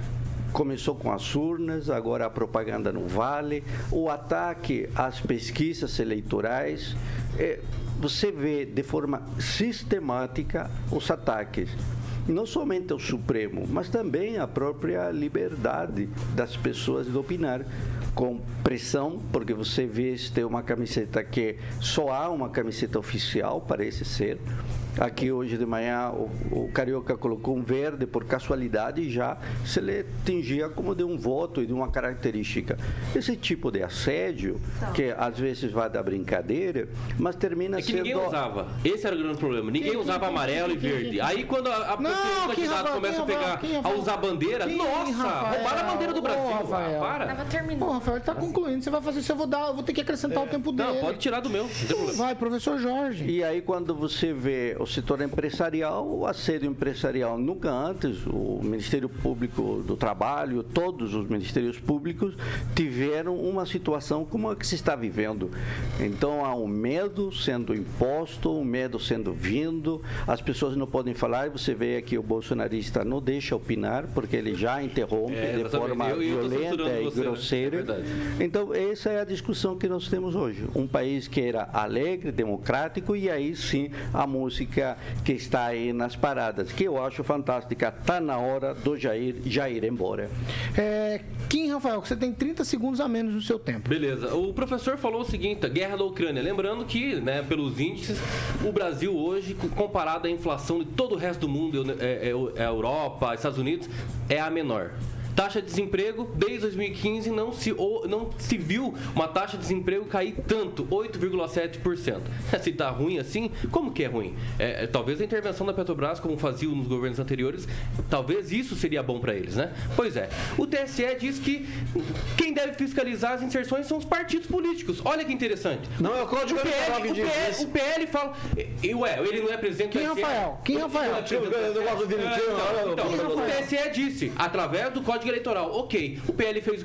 Começou com as urnas, agora a propaganda não vale, o ataque às pesquisas eleitorais. É, você vê de forma sistemática os ataques, não somente ao Supremo, mas também à própria liberdade das pessoas de opinar, com pressão, porque você vê se tem uma camiseta que só há uma camiseta oficial, parece ser. Aqui hoje de manhã o, o Carioca colocou um verde por casualidade e já se lhe tingia como de um voto e de uma característica. Esse tipo de assédio, que às vezes vai da brincadeira, mas termina é que sendo... ninguém usava. Esse era o grande problema. Ninguém usava amarelo e verde. Aí quando a, a Não, candidato começa a pegar, a usar bandeira, quem, nossa, Rafael? roubaram a bandeira do Brasil. Ô, Rafael. Para. Tava terminando. Pô, Rafael, ele tá concluindo. Você vai fazer isso, eu vou dar, eu vou ter que acrescentar É. o tempo dele. Não, pode tirar do meu, não tem problema. Vai, professor Jorge. E aí quando você vê o setor empresarial, o assédio empresarial, nunca antes o Ministério Público do Trabalho, todos os ministérios públicos tiveram uma situação como a que se está vivendo. Então há um medo sendo imposto, um medo sendo vindo, as pessoas não podem falar, e você vê aqui o bolsonarista não deixa opinar, porque ele já interrompe É, de forma eu, eu violenta e você, grosseira. Né? É Então essa é a discussão que nós temos hoje. Um país que era alegre, democrático, e aí sim a música que está aí nas paradas, que eu acho fantástica. Está na hora do Jair já ir embora. É, Kim, Rafael, você tem trinta segundos a menos no seu tempo. Beleza. O professor falou o seguinte, a guerra da Ucrânia. Lembrando que, né, pelos índices, o Brasil hoje, comparado à inflação de todo o resto do mundo, é, é, é a Europa, Estados Unidos, é a menor. Taxa de desemprego, desde dois mil e quinze, não se, ou, não se viu uma taxa de desemprego cair tanto, oito vírgula sete por cento. Se está ruim assim, como que é ruim? É, é, talvez a intervenção da Petrobras, como faziam nos governos anteriores, talvez isso seria bom para eles, né? Pois é. O T S E diz que quem deve fiscalizar as inserções são os partidos políticos. Olha que interessante. Não é o Código Eleitoral que diz isso. O P L fala... E, ué, ele não é presidente Quem, do T S E? Rafael? Quem, Rafael? Então, o T S E disse, através do Código Eleitoral, ok, o P L fez o quê?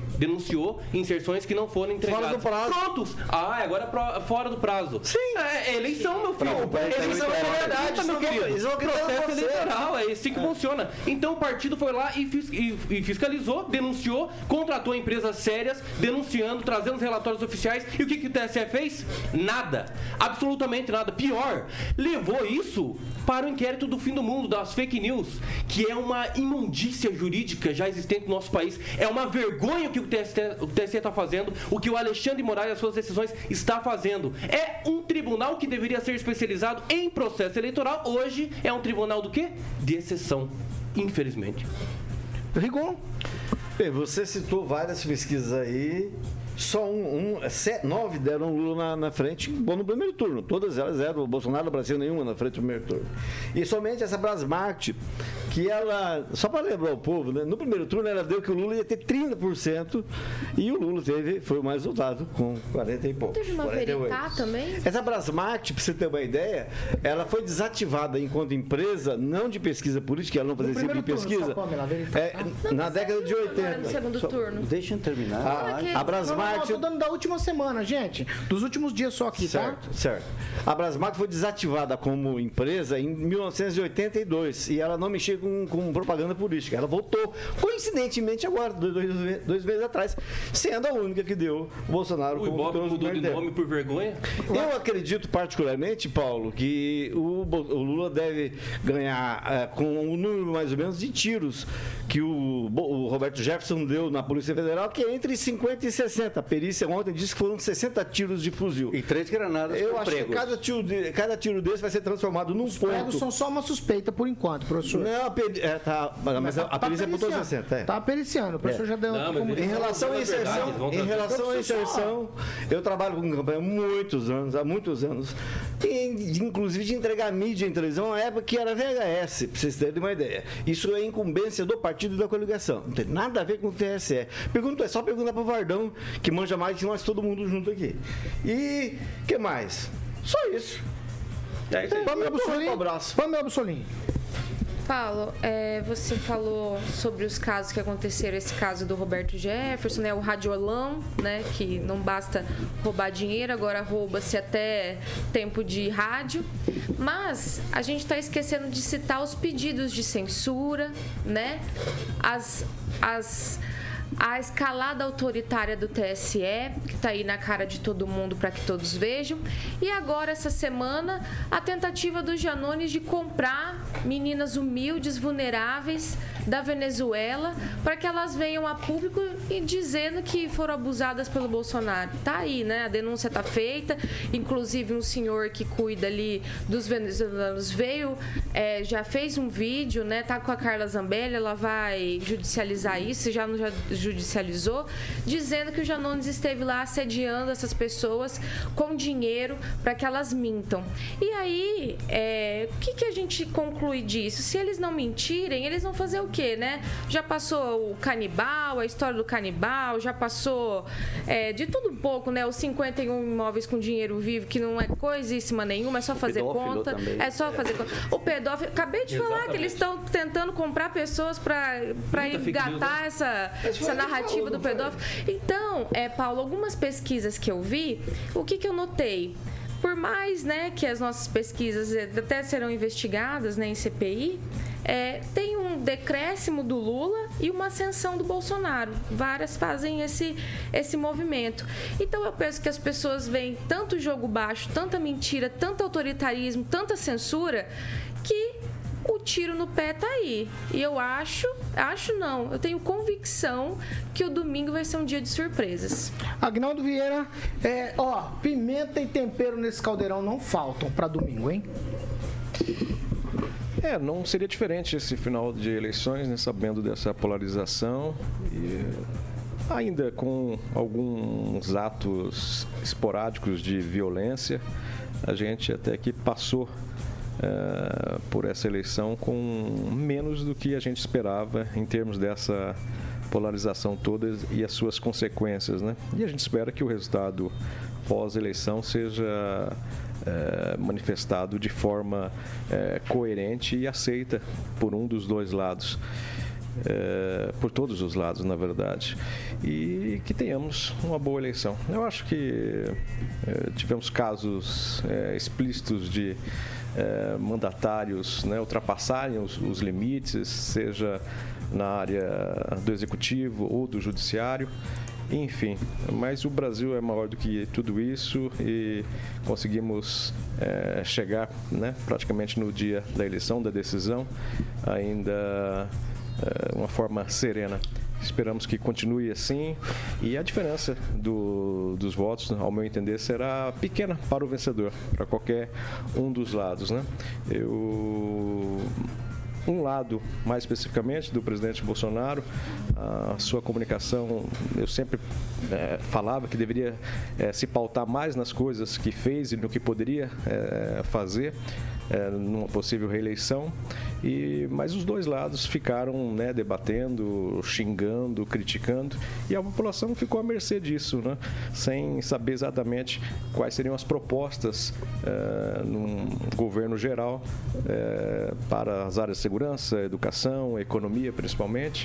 Denunciou inserções que não foram entregadas. Fora do prazo. Prontos. Ah, agora pro, fora do prazo. Sim. É, é eleição, meu filho. Não, é eleição é verdade, meu querido. Eles vão acreditar em Processo você. eleitoral, é assim que funciona. Então o partido foi lá e, fis- e- e fiscalizou, denunciou, contratou empresas sérias, denunciando, trazendo os relatórios oficiais. E o que, que o T S E fez? Nada. Absolutamente nada. Pior, levou isso para o inquérito do fim do mundo, das fake news, que é uma imundícia jurídica já existente no nosso país. É uma vergonha o que o T S E o T S E está fazendo, o que o Alexandre de Moraes e as suas decisões está fazendo. É um tribunal que deveria ser especializado em processo eleitoral. Hoje é um tribunal do quê? De exceção, infelizmente. Rigon? Bem, você citou várias pesquisas aí. Só um, um sete, nove deram Lula na, na frente, bom, no primeiro turno. Todas elas eram, o Bolsonaro não apareceu nenhuma na frente do primeiro turno. E somente essa Brasmart, que ela, só para lembrar o povo, né, no primeiro turno ela deu que o Lula ia ter trinta por cento e o Lula teve, foi o mais resultado, com quarenta e poucos. Teve uma quarenta e oito. Veritá também? Essa Brasmart, para você ter uma ideia, ela foi desativada enquanto empresa, não de pesquisa política, ela não fazia esse tipo de pesquisa. É, Não, na mas década de saiu agora oitenta. no segundo Só- turno. Deixa eu terminar. A, que- a Brasmart. Não, não, eu tô dando da última semana, gente. Dos últimos dias só aqui, tá? Certo, certo. A Brasmart foi desativada como empresa em mil novecentos e oitenta e dois e ela não mexia com, com propaganda política. Ela voltou, coincidentemente, agora, dois, dois, dois meses atrás, sendo a única que deu o Bolsonaro O como Ibope dono do mudou de primeiro nome por vergonha. tempo. Eu acredito particularmente, Paulo, que o, Bo- o Lula deve ganhar eh, com um número mais ou menos de tiros que o, Bo- o Roberto Jefferson deu na Polícia Federal, que é entre cinquenta e sessenta. A perícia ontem disse que foram sessenta tiros de fuzil. E três granadas Eu por acho pregos. que cada tiro, de- cada tiro desse vai ser transformado num Pregos ponto. são só uma suspeita por enquanto, professor. Não, a peri- é, tá, mas a, a perícia botou periciando. sessenta. É. Tá periciando. O professor É. já deu Não, como- mas Em eles relação à vão trazer inserção, verdade, vão em trazer. relação à inserção, eu trabalho com campanha há muitos anos, há muitos anos, e, de- inclusive de entregar mídia em televisão, na época que era V H S, para vocês terem uma ideia. Isso é incumbência do partido e da coligação, não tem nada a ver com o T S E. Pergunta, é só perguntar para o Vardão, que manja mais que nós todo mundo junto aqui. E o que mais? Só isso. É isso aí. Pamela Bussolini. Um abraço. Pamela Bussolini. Paulo, é, você falou sobre os casos que aconteceram, esse caso do Roberto Jefferson, né, o radiolão, né, que não basta roubar dinheiro, agora rouba-se até tempo de rádio. Mas a gente está esquecendo de citar os pedidos de censura, né, as, as, a escalada autoritária do T S E, que está aí na cara de todo mundo para que todos vejam. E agora, essa semana, a tentativa dos Janones de comprar meninas humildes, vulneráveis da Venezuela, para que elas venham a público e dizendo que foram abusadas pelo Bolsonaro. Tá aí, né? A denúncia tá feita. Inclusive, um senhor que cuida ali dos venezuelanos veio, é, já fez um vídeo, né? Tá com a Carla Zambelli, ela vai judicializar isso, já não já judicializou, dizendo que o Janones esteve lá assediando essas pessoas com dinheiro para que elas mintam. E aí, é, o que, que a gente conclui disso? Se eles não mentirem, eles vão fazer o quê, né? Já passou o canibal, a história do canibal, já passou é, de tudo um pouco, né? Os cinquenta e um imóveis com dinheiro vivo, que não é coisíssima nenhuma, é só fazer pedófilo conta. também. É só fazer conta. O pedófilo, acabei de falar que eles estão tentando comprar pessoas para engatar essa, essa narrativa do pedófilo. Então, é, Paulo, algumas pesquisas que eu vi, o que, que eu notei? Por mais, né, que as nossas pesquisas até serão investigadas, né, em C P I, é, tem um decréscimo do Lula e uma ascensão do Bolsonaro. Várias fazem esse, esse movimento. Então eu penso que as pessoas veem tanto jogo baixo, tanta mentira, tanto autoritarismo, tanta censura, que o tiro no pé tá aí. E eu acho, acho não, eu tenho convicção que o domingo vai ser um dia de surpresas. Agnaldo Vieira, é, ó, pimenta e tempero nesse caldeirão não faltam para domingo, hein? É, não seria diferente esse final de eleições, né, sabendo dessa polarização e ainda com alguns atos esporádicos de violência. A gente até que passou uh, por essa eleição com menos do que a gente esperava em termos dessa polarização toda e as suas consequências, né? E a gente espera que o resultado pós-eleição seja É, manifestado de forma é, coerente e aceita por um dos dois lados. é, por todos os lados, na verdade, e que tenhamos uma boa eleição. Eu acho que é, tivemos casos é, explícitos de é, mandatários, né, ultrapassarem os, os limites, seja na área do executivo ou do judiciário. Enfim, mas o Brasil é maior do que tudo isso e conseguimos é, chegar, né, praticamente no dia da eleição, da decisão, ainda é, uma forma serena. Esperamos que continue assim e a diferença do, dos votos, ao meu entender, será pequena para o vencedor, para qualquer um dos lados, né? Eu... Um lado, mais especificamente, do presidente Bolsonaro, a sua comunicação, eu sempre é, falava que deveria é, se pautar mais nas coisas que fez e no que poderia é, fazer é, numa possível reeleição. E, mas os dois lados ficaram, né, debatendo, xingando, criticando, e a população ficou à mercê disso, né, sem saber exatamente quais seriam as propostas é, num governo geral é, para as áreas de segurança, educação, economia principalmente,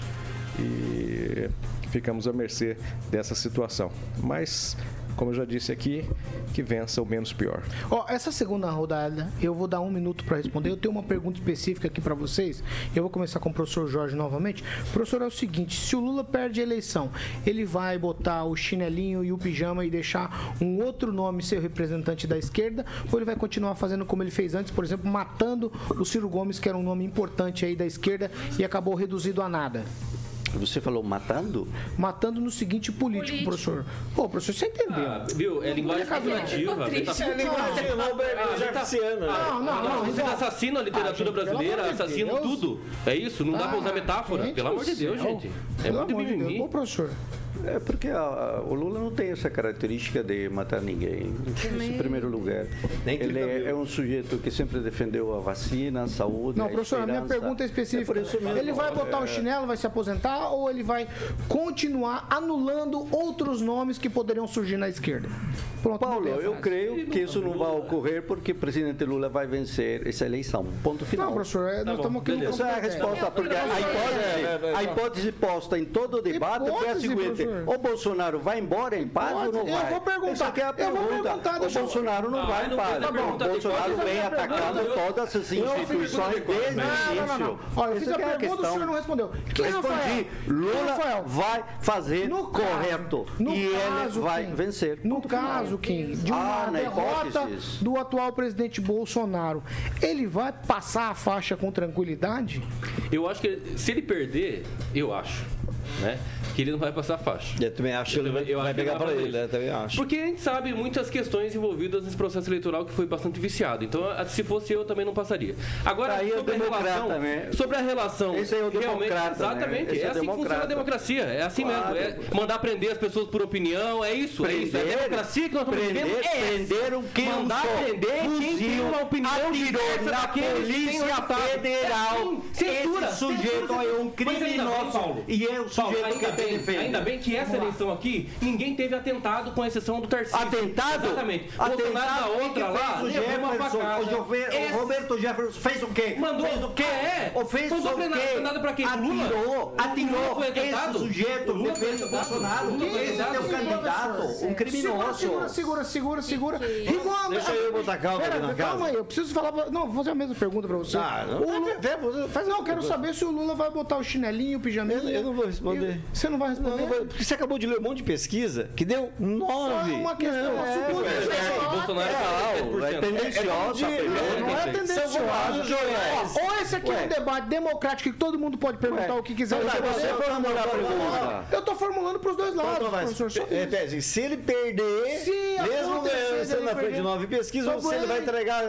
e ficamos à mercê dessa situação. Mas, como eu já disse aqui, que vença o menos pior. Ó, essa segunda rodada, eu vou dar um minuto para responder. Eu tenho uma pergunta específica aqui para vocês. Eu vou começar com o professor Jorge novamente. Professor, é o seguinte, se o Lula perde a eleição, ele vai botar o chinelinho e o pijama e deixar um outro nome ser o representante da esquerda, ou ele vai continuar fazendo como ele fez antes, por exemplo, matando o Ciro Gomes, que era um nome importante aí da esquerda e acabou reduzido a nada? Você falou matando? Matando no seguinte político, político. professor. Pô, professor, você entendeu? Ah, viu? É linguagem figurativa. É linguagem jeffersiana. Não, não, não. Você assassina a literatura brasileira, assassina tudo. É isso? Não dá pra usar metáfora? Pelo amor de Deus, gente. É muito mimimi. Ô, professor. É porque a, o Lula não tem essa característica de matar ninguém. Em primeiro lugar. Ele é, é um sujeito que sempre defendeu a vacina, a saúde. Não, a professor, a minha pergunta é específica. É ele vai botar o chinelo, vai se aposentar, ou ele vai continuar anulando outros nomes que poderiam surgir na esquerda? Pronto, Paulo, eu creio que isso não vai ocorrer porque o presidente Lula vai vencer essa eleição. Ponto final. Não, professor, tá nós estamos aqui no Essa é a resposta, porque a hipótese, a hipótese posta em todo o debate foi a seguinte: o Bolsonaro vai embora em paz ou não vai? Eu vou perguntar. Essa aqui é a pergunta. O Bolsonaro não vai em paz. O Bolsonaro vem atacando todas as instituições desde o início. Olha, eu fiz a pergunta, o senhor não respondeu. Respondi. Lula vai fazer correto e ele vai vencer. No caso, Kim, de uma derrota do atual presidente Bolsonaro, ele vai passar a faixa com tranquilidade? Eu acho que se ele perder, eu acho, né, que ele não vai passar a faixa. Eu também acho que ele vai, vai pegar para ele, né? Também acho. Porque a gente sabe muitas questões envolvidas nesse processo eleitoral que foi bastante viciado. Então, se fosse eu, também não passaria. Agora, aí sobre, é a relação, né? sobre a relação... Esse é o realmente, democrata, exatamente. Né? É, é assim democrata. que funciona a democracia. É assim claro. mesmo. É mandar prender as pessoas por opinião. É isso. Prender, é isso. É a democracia que nós estamos prender, vivendo. É prenderam quem mandar prender quem tem uma opinião atirou na Polícia Federal. Censura. Esse sujeito é um criminoso. E é o sujeito que tem defender. Ainda bem que essa eleição aqui, ninguém teve atentado, com exceção do Tarcísio. Atentado? Exatamente. Atentado da outra lá, o Jefferson, o, Jover, o Roberto Jefferson fez o quê? Mandou. Fez o quê? É. Ou fez Mandou o quê? Nada pra quem? Atirou, atirou. Foi esse sujeito defende o Bolsonaro. Esse é o candidato, um criminoso. Segura, segura, segura, segura. Igual, deixa eu botar calma aqui na casa. Calma aí, eu preciso falar... Pra, não, vou fazer a mesma pergunta pra você. Ah, não. O Lula, faz, não, eu quero saber se o Lula vai botar o chinelinho, o pijaminha. Eu, eu não vou responder. Você não vai responder? Não, não vou, porque você acabou de ler um monte de pesquisa que deu nove. Não, uma questão. Não, é, é, Bolsonaro é, é tendenciosa. Não é tendenciosa. Ou esse aqui é um debate democrático que todo mundo pode perguntar o que quiser. Você formular a pergunta. Eu tô formulando pros dois lados, professor. Se ele perder, mesmo sendo na frente de nove pesquisas, você ele vai entregar.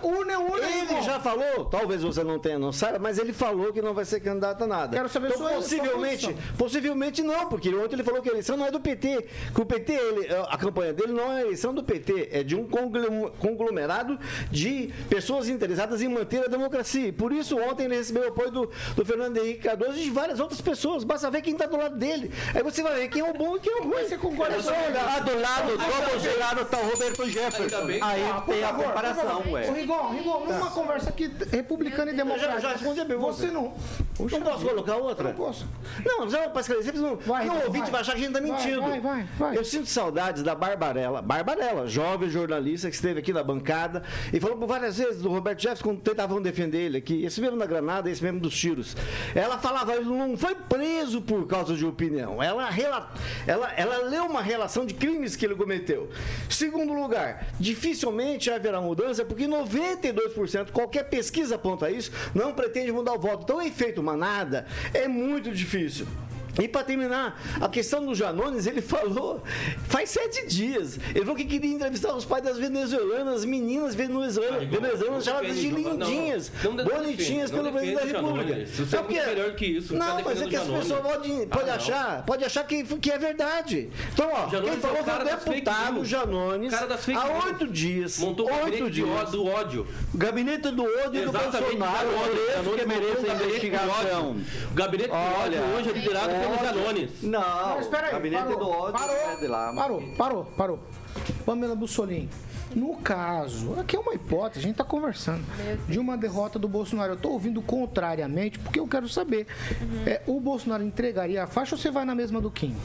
Ele já falou, talvez você não tenha, não saiba, mas ele falou que não vai ser candidato a nada. Quero saber então, possivelmente, Possivelmente não, porque ontem ele falou que a eleição não é do P T, que o P T, ele, a campanha dele não é a eleição do P T, é de um conglomerado de pessoas interessadas em manter a democracia. Por isso, ontem ele recebeu o apoio do, do Fernando Henrique Cardoso e de várias outras pessoas. Basta ver quem está do lado dele. Aí você vai ver quem é o bom e quem é o ruim. Você concorda? Só olhar do lado do Bolsonaro está o Roberto Jefferson. Aí ah, tem a favor, comparação, ué. Ô, Rigon, Rigon, numa conversa aqui, republicana e democrática. Já, já respondi a pergunta. Você não... Não posso colocar outra? Não posso. Não, já para esclarecer, não, vai, não vai, ouvinte vai. vai achar que a gente está mentindo. Vai, vai, vai. Eu sinto saudades da Barbarella. Barbarella, jovem jornalista que esteve aqui na bancada e falou por várias vezes do Roberto Jefferson quando tentavam defender ele aqui. Esse mesmo da granada, esse mesmo dos tiros. Ela falava, ele não foi preso por causa de opinião. Ela, ela, ela leu uma relação de crimes que ele cometeu. Segundo lugar, dificilmente haverá mudança porque noventa e dois por cento, qualquer pesquisa aponta isso, não pretende mudar o voto. Então, o efeito manada é muito difícil. E para terminar, a questão do Janones, ele falou faz sete dias. Ele falou que queria entrevistar os pais das venezuelanas, meninas venezuelanas, ah, venezuelanas chamadas de lindinhas, não, não, não, bonitinhas não pelo presidente da República. Você é muito melhor que isso. Não, mas é que as pessoas podem pode ah, achar, pode achar que, que é verdade. Então, ó, quem falou foi o deputado Janones, há oito dias, montou o gabinete dias, do ódio. O gabinete do ódio do Bolsonaro, o que merece a investigação. O gabinete do ódio hoje é liderado pelo Janones. Não, mas espera aí, gabinete parou, do ódio parou, é de lá. Parou, parou, parou. Pamela Bussolini, no caso, aqui é uma hipótese, a gente está conversando, de uma derrota do Bolsonaro. Eu estou ouvindo contrariamente, porque eu quero saber, uhum. é, o Bolsonaro entregaria a faixa ou você vai na mesma do Kim?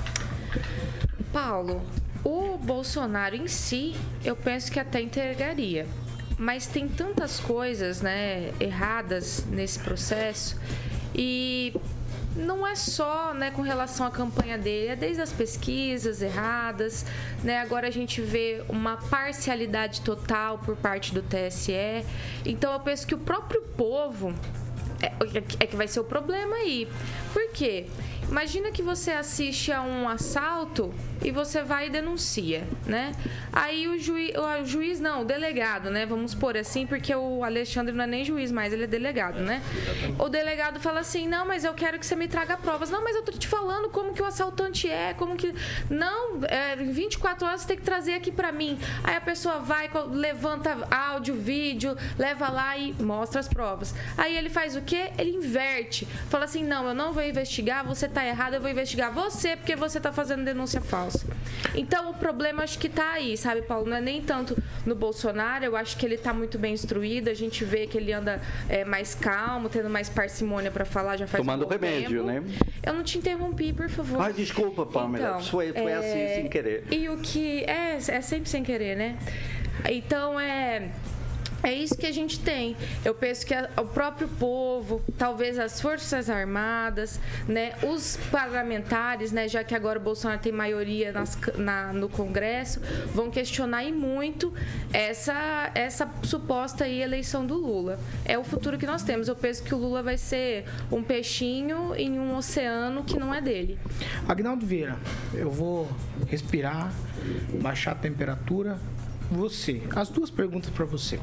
Paulo, o Bolsonaro em si, eu penso que até entregaria. Mas tem tantas coisas, né, erradas nesse processo e... Não é só, né, com relação à campanha dele, é desde as pesquisas erradas, né? Agora a gente vê uma parcialidade total por parte do T S E. Então eu penso que o próprio povo é, é que vai ser o problema aí. Por quê? Imagina que você assiste a um assalto e você vai e denuncia, né? Aí o juiz, o juiz não, o delegado, né? Vamos pôr assim, porque o Alexandre não é nem juiz mais, ele é delegado, né? O delegado fala assim, não, mas eu quero que você me traga provas. Não, mas eu tô te falando como que o assaltante é, como que... Não, é, em vinte e quatro horas você tem que trazer aqui pra mim. Aí a pessoa vai, levanta áudio, vídeo, leva lá e mostra as provas. Aí ele faz o quê? Ele inverte. Fala assim, não, eu não vou investigar, você tá errado, eu vou investigar você porque você tá fazendo denúncia falsa. Então o problema acho que tá aí, sabe, Paulo? Não é nem tanto no Bolsonaro, eu acho que ele tá muito bem instruído, a gente vê que ele anda é, mais calmo, tendo mais parcimônia pra falar, já faz tomando um bom remédio, tempo. né? Eu não te interrompi, por favor. Ai, desculpa, Pamela, então, foi, foi é... assim, sem querer. E o que... É, é sempre sem querer, né? Então, é... É isso que a gente tem. Eu penso que a, o próprio povo, talvez as Forças Armadas, né, os parlamentares, né, já que agora o Bolsonaro tem maioria nas, na, no Congresso, vão questionar e muito essa, essa suposta aí eleição do Lula. É o futuro que nós temos. Eu penso que o Lula vai ser um peixinho em um oceano que não é dele. Agnaldo Vieira, eu vou respirar, baixar a temperatura. Você, as duas perguntas para você.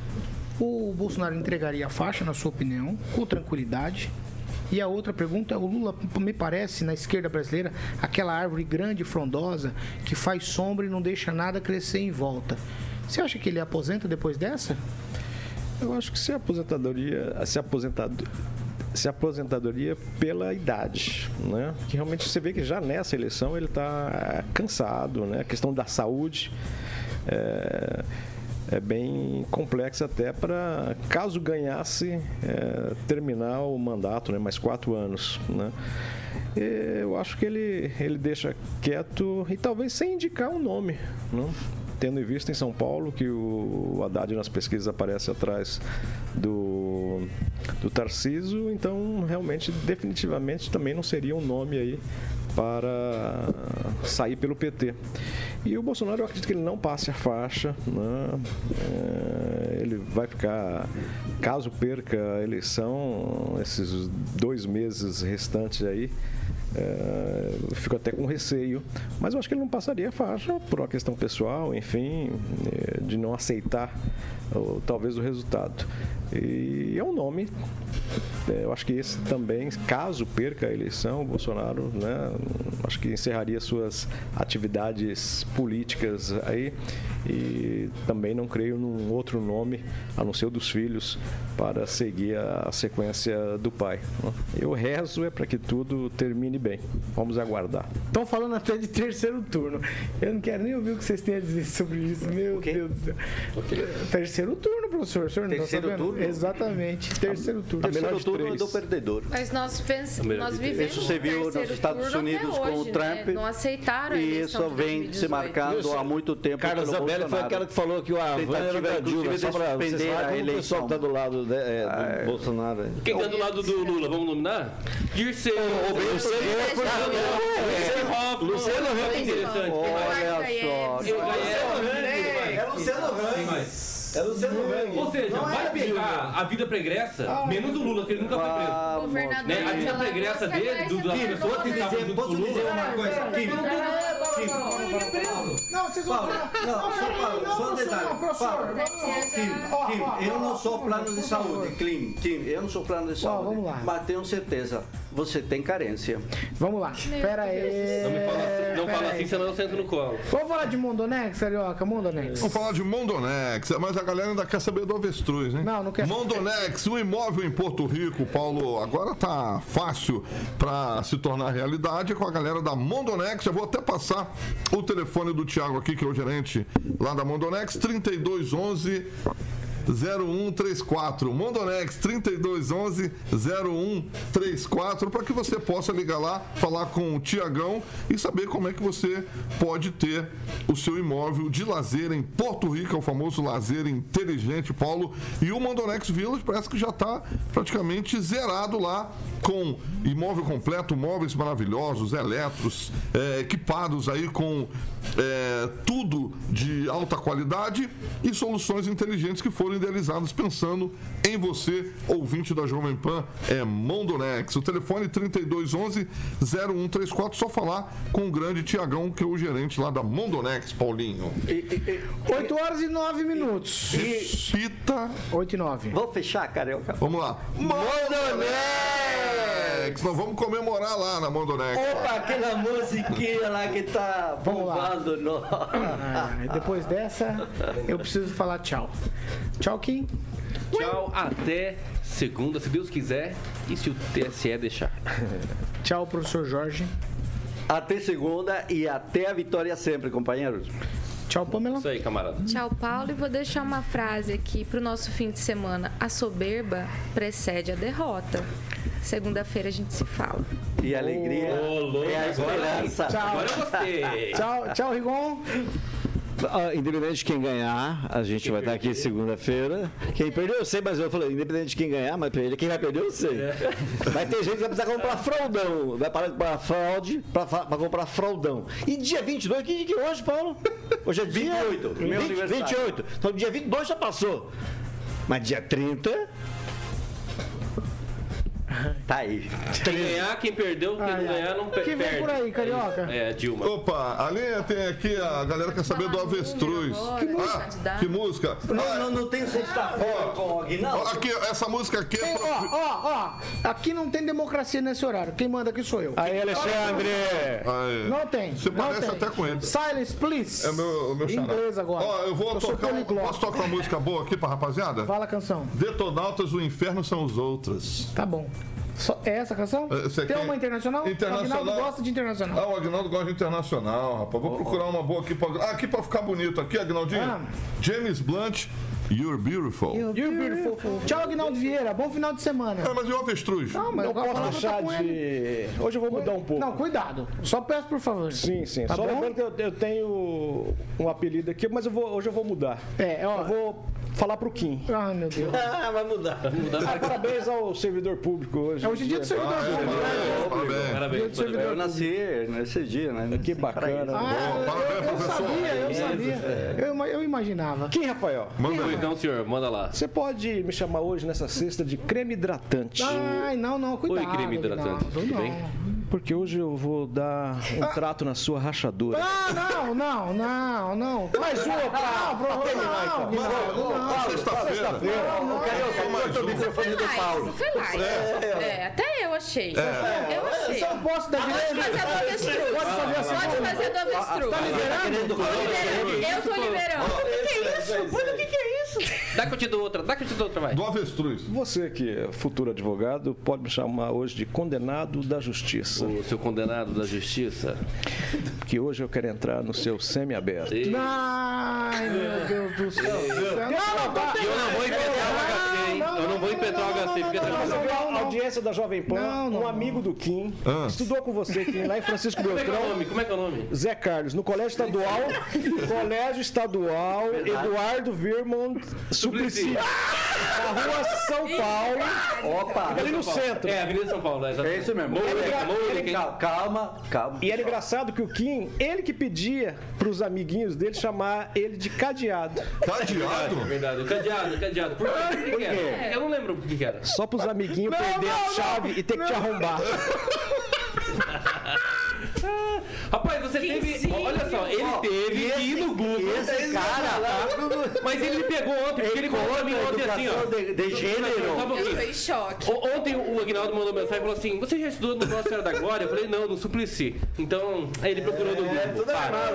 O Bolsonaro entregaria a faixa, na sua opinião, com tranquilidade? E a outra pergunta, o Lula, me parece, na esquerda brasileira, aquela árvore grande e frondosa que faz sombra e não deixa nada crescer em volta. Você acha que ele aposenta depois dessa? Eu acho que se aposentadoria, se aposentado, se aposentadoria pela idade, né? Que realmente você vê que já nessa eleição ele está cansado, né? A questão da saúde é, é bem complexa até para, caso ganhasse, é, terminar o mandato, né? Mais quatro anos, né? E eu acho que ele, ele deixa quieto e talvez sem indicar um nome, né? Tendo em vista em São Paulo que o Haddad nas pesquisas aparece atrás do, do Tarcísio, então realmente, definitivamente, também não seria um nome aí para sair pelo P T. E o Bolsonaro, eu acredito que ele não passe a faixa, né? É, ele vai ficar, caso perca a eleição, esses dois meses restantes aí, É, eu fico até com receio, mas eu acho que ele não passaria a faixa por uma questão pessoal, enfim, de não aceitar ou, talvez o resultado. E é um nome é, eu acho que esse também, caso perca a eleição, o Bolsonaro, né, acho que encerraria suas atividades políticas aí, e também não creio num outro nome, a não ser o dos filhos, para seguir a sequência do pai. Eu rezo é para que tudo termine bem. Vamos aguardar. Estão falando até de terceiro turno. Eu não quero nem ouvir o que vocês têm a dizer sobre isso. Meu Deus do céu. Terceiro turno, professor. O senhor não Terceiro tá sabendo? turno? Exatamente. Terceiro turno. Terceiro turno do perdedor. Mas nós, pens... nós vivemos Isso você viu nos Estados Unidos com o hoje, Trump. Né? Não aceitaram a E isso vem se marcando há muito tempo. Carla Zambelli foi aquela que falou que o Havan era da Dilma, só para você saber como o pessoal que está do lado de, é, do ah, Bolsonaro. Quem está do lado do Lula, vamos nominar? Dirceu. Luciano Hang. Interessante. Olha só. É Luciano Hang. É Luciano Hang. Ou seja, vai pegar a vida pregressa, menos o Lula, que ele nunca foi preso. Né? A vida pregressa dele, do, das pessoas que estavam junto com o Lula. Posso dizer uma coisa? Não, vocês vão falar. Não, só Paulo, só um detalhe. Paulo, Kim, Kim, eu não sou plano de saúde, Kim, Kim, eu não sou plano de saúde. Vamos lá. Mas tenho certeza, você tem carência. Vamos lá. Pera aí. Não me fala assim, não fala assim, senão eu sento no colo. Vamos falar de Mondonex, Carioca? Mondonex. Vamos falar de Mondonex, mas a galera ainda quer saber do avestruz, hein? Não, não quer. Mondonex, um imóvel em Porto Rico, Paulo, agora tá fácil para se tornar realidade com a galera da Mondonex. Eu vou até passar o telefone do Thiago aqui, que é o gerente lá da Mondonex, trinta e dois onze zero um três quatro. Mondonex trinta e dois onze zero um três quatro, para que você possa ligar lá, falar com o Tiagão e saber como é que você pode ter o seu imóvel de lazer em Porto Rico, é o famoso lazer inteligente, Paulo. E o Mondonex Village parece que já está praticamente zerado lá, com imóvel completo, móveis maravilhosos, eletros, é, equipados aí com é, tudo de alta qualidade e soluções inteligentes que foram idealizadas pensando em você, ouvinte da Jovem Pan. É Mondonex. O telefone trinta e dois onze zero um três quatro, só falar com o grande Tiagão, que é o gerente lá da Mondonex, Paulinho. oito horas e nove minutos. Repita. oito e nove. Vou fechar, Carioca. Vamos lá. Mondonex! Nós vamos comemorar lá na Mondonex. Opa, aquela musiquinha lá que tá bombando. No... Ah, depois dessa, eu preciso falar tchau. Tchau, Kim. Tchau, até segunda, se Deus quiser, e se o T S E deixar. Tchau, professor Jorge. Até segunda e até a vitória sempre, companheiros. Tchau, Pamela. Isso aí, camarada. Tchau, Paulo. E vou deixar uma frase aqui pro nosso fim de semana. A soberba precede a derrota. Segunda-feira a gente se fala. E a alegria oh, é a esperança. Tchau. Agora eu gostei. Tchau, tchau, Rigon. Ah, independente de quem ganhar, a gente quem vai estar aqui segunda-feira. Quem perdeu, eu sei, mas eu falei, independente de quem ganhar, mas quem vai perder, eu sei. É. Vai ter gente que vai precisar comprar fraldão. Vai parar de comprar fraude para comprar fraldão. E dia vinte e dois, que dia que é hoje, Paulo? Hoje é dia vinte e oito, meu vinte, vinte e oito. Então dia vinte e dois já passou. Mas dia trinta... Tá aí. Quem ganhar, quem perdeu, quem ah, não ganhar, não perde. Quem vem por aí, Carioca? É, Dilma. Opa, ali tem aqui, a galera quer saber do avestruz. Que música? Ah, que música? Não, não, não tem sexta-feira com o Aguinaldo. Aqui, essa música aqui é pra... Ó, ó, ó, aqui não tem democracia nesse horário. Quem manda aqui sou eu. Aí, Alexandre. Aí. Não tem. Você não parece tem. até com ele. Silence, please. É meu, meu xará. Inglês agora. Ó, eu vou eu tocar. Um, posso tocar uma música boa aqui pra rapaziada? Fala a canção. Detonautas, o inferno são os outros. Tá bom. Só, é essa canção? Esse tem aqui, uma internacional? internacional? O Aguinaldo gosta de internacional. Ah, o Aguinaldo gosta de internacional, rapaz. Vou oh, procurar uma boa aqui pra... Ah, aqui pra ficar bonito. Aqui, Aguinaldinho. Ah. James Blunt, You're Beautiful. You're, You're beautiful. beautiful. Tchau, Aguinaldo Vieira. Bom final de semana. É, mas e o avestruz? Não, mas não posso deixar de... Ele. Hoje eu vou mudar um pouco. Não, cuidado. Só peço, por favor. Sim, sim. Tá Só bom? lembrando que eu, eu tenho um apelido aqui, mas eu vou, hoje eu vou mudar. É, ó. Eu vou falar pro Kim. Ah, meu Deus. Ah, vai mudar. Vai mudar. Ah, parabéns ao servidor público hoje. É hoje é dia do servidor ah, público. É, parabéns. Parabéns. parabéns. Eu nasci nesse dia, né? Que bacana. Ah, Bom, parabéns, eu, eu professor. sabia, eu sabia. Eu, eu imaginava. Kim, Rafael? Manda então, senhor. Manda lá. Você pode me chamar hoje nessa sexta de creme hidratante. Ai, não, não, cuidado. Oi, creme hidratante. Não, Tudo não. bem? Porque hoje eu vou dar um ah. trato na sua rachadura. Ah, não, não, não, não. Mais uma pra... Não, não, sexta-feira. Cadê o microfone do Paulo? Foi lá. É, até eu achei. É. Eu achei. Eu só posso dar direito. Pode fazer do avestruz. Pode fazer do avestruz. Tá liberando? Eu tô liberando. O que é isso? O que é isso? Dá que eu te dou outra, dá que eu te dou outra, vai. Do avestruz. Você que é futuro advogado, pode me chamar hoje de condenado da justiça. O seu condenado da justiça? Que hoje eu quero entrar no seu semi-aberto. Ai, meu Deus do céu. Não, não, eu não vou impetrar o H C, hein? Eu não vou impetrar o H C, porque a audiência da Jovem Pan, não, não, um amigo do Kim, ah. estudou com você, Kim, lá em Francisco Beltrão. Como é que é o nome? Como é que é o nome? Zé Carlos, no Colégio Estadual, Colégio Estadual, Eduardo Virmont Suplicy, na rua São Paulo. Opa! Ali no centro. É, Avenida São Paulo, é, é isso mesmo. Calma, calma. E era engraçado que o Kim, ele que pedia pros amiguinhos dele chamar ele de cadeado. Cadeado? É verdade, cadeado, cadeado. Por quê? Por quê? Eu não lembro o que era. Só pros amiguinhos perder a chave não, e ter não. que te arrombar. Rapaz, você que teve. Sim, olha só, ele teve esse, que ir no Google. Esse cara lá. Mas ele me pegou ontem, porque ele falou pra mim ontem assim, ó. De, de gênero. Eu tô em choque. Ontem o Aguinaldo mandou mensagem e falou assim: você já estudou no Nossa Senhora da Glória? Eu falei: não, no Suplicy. Então, aí ele procurou no Google. É, tudo errado,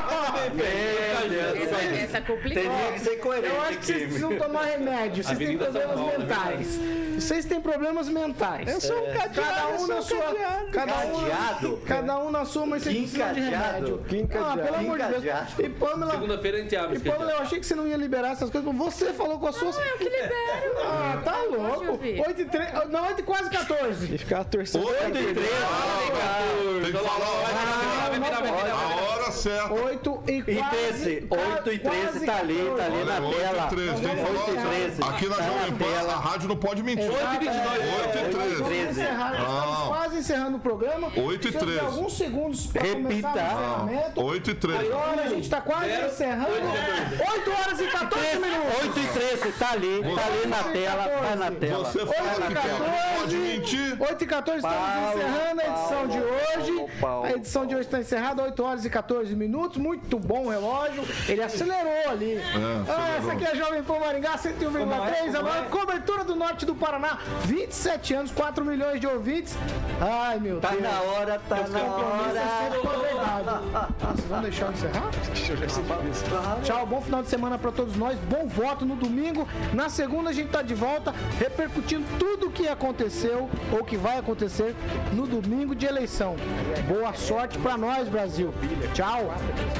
né? Essa é complicada. Teria que ser coerente. Eu acho que vocês precisam tomar remédio. Vocês têm problemas mentais. Vocês têm problemas mentais. Eu sou um cadeado. Cada um na sua. Cadeado? Cada um na sua, mas vocês precisam de remédio. Ah, pelo amor de Deus. E Pamela. Segunda-feira a gente abre. E Pamela, eu achei que você não ia liberar essas coisas, mas você falou com as suas. Não, eu que libero. Ah, tá louco. oito e três. Não, oito e quase quatorze. E ficar torcendo. oito e três. Tem que falar a hora certa. oito e treze. oito e treze tá ali, tá ali na tela. oito e treze. Aqui na Jovem Pan, a rádio não pode mentir. oito e vinte e dois. oito e treze. Estamos quase encerrando o programa. oito e treze. Alguns segundos para começar o encerramento. oito e treze. Agora a gente está quase encerrando. oito horas e quatorze minutos. oito e treze, tá ali, tá ali na tela, tá na tela. Você fala que não pode mentir. oito e quatorze, estamos encerrando a edição de hoje. A edição de hoje está encerrada, oito horas e quatorze minutos. Muito bom o relógio. Ele acelerou ali. É, ah, essa aqui é a Jovem Pan Maringá, cento e um vírgula três. A maior cobertura do norte do Paraná. vinte e sete anos, quatro milhões de ouvintes. Ai, meu tá Deus. Tá na hora, tá na hora. Vocês vão deixar eu encerrar? Tchau, bom final de semana pra todos nós. Bom voto no domingo. Na segunda a gente tá de volta, repercutindo tudo o que aconteceu ou que vai acontecer no domingo de eleição. Boa sorte pra nós, Brasil. Tchau.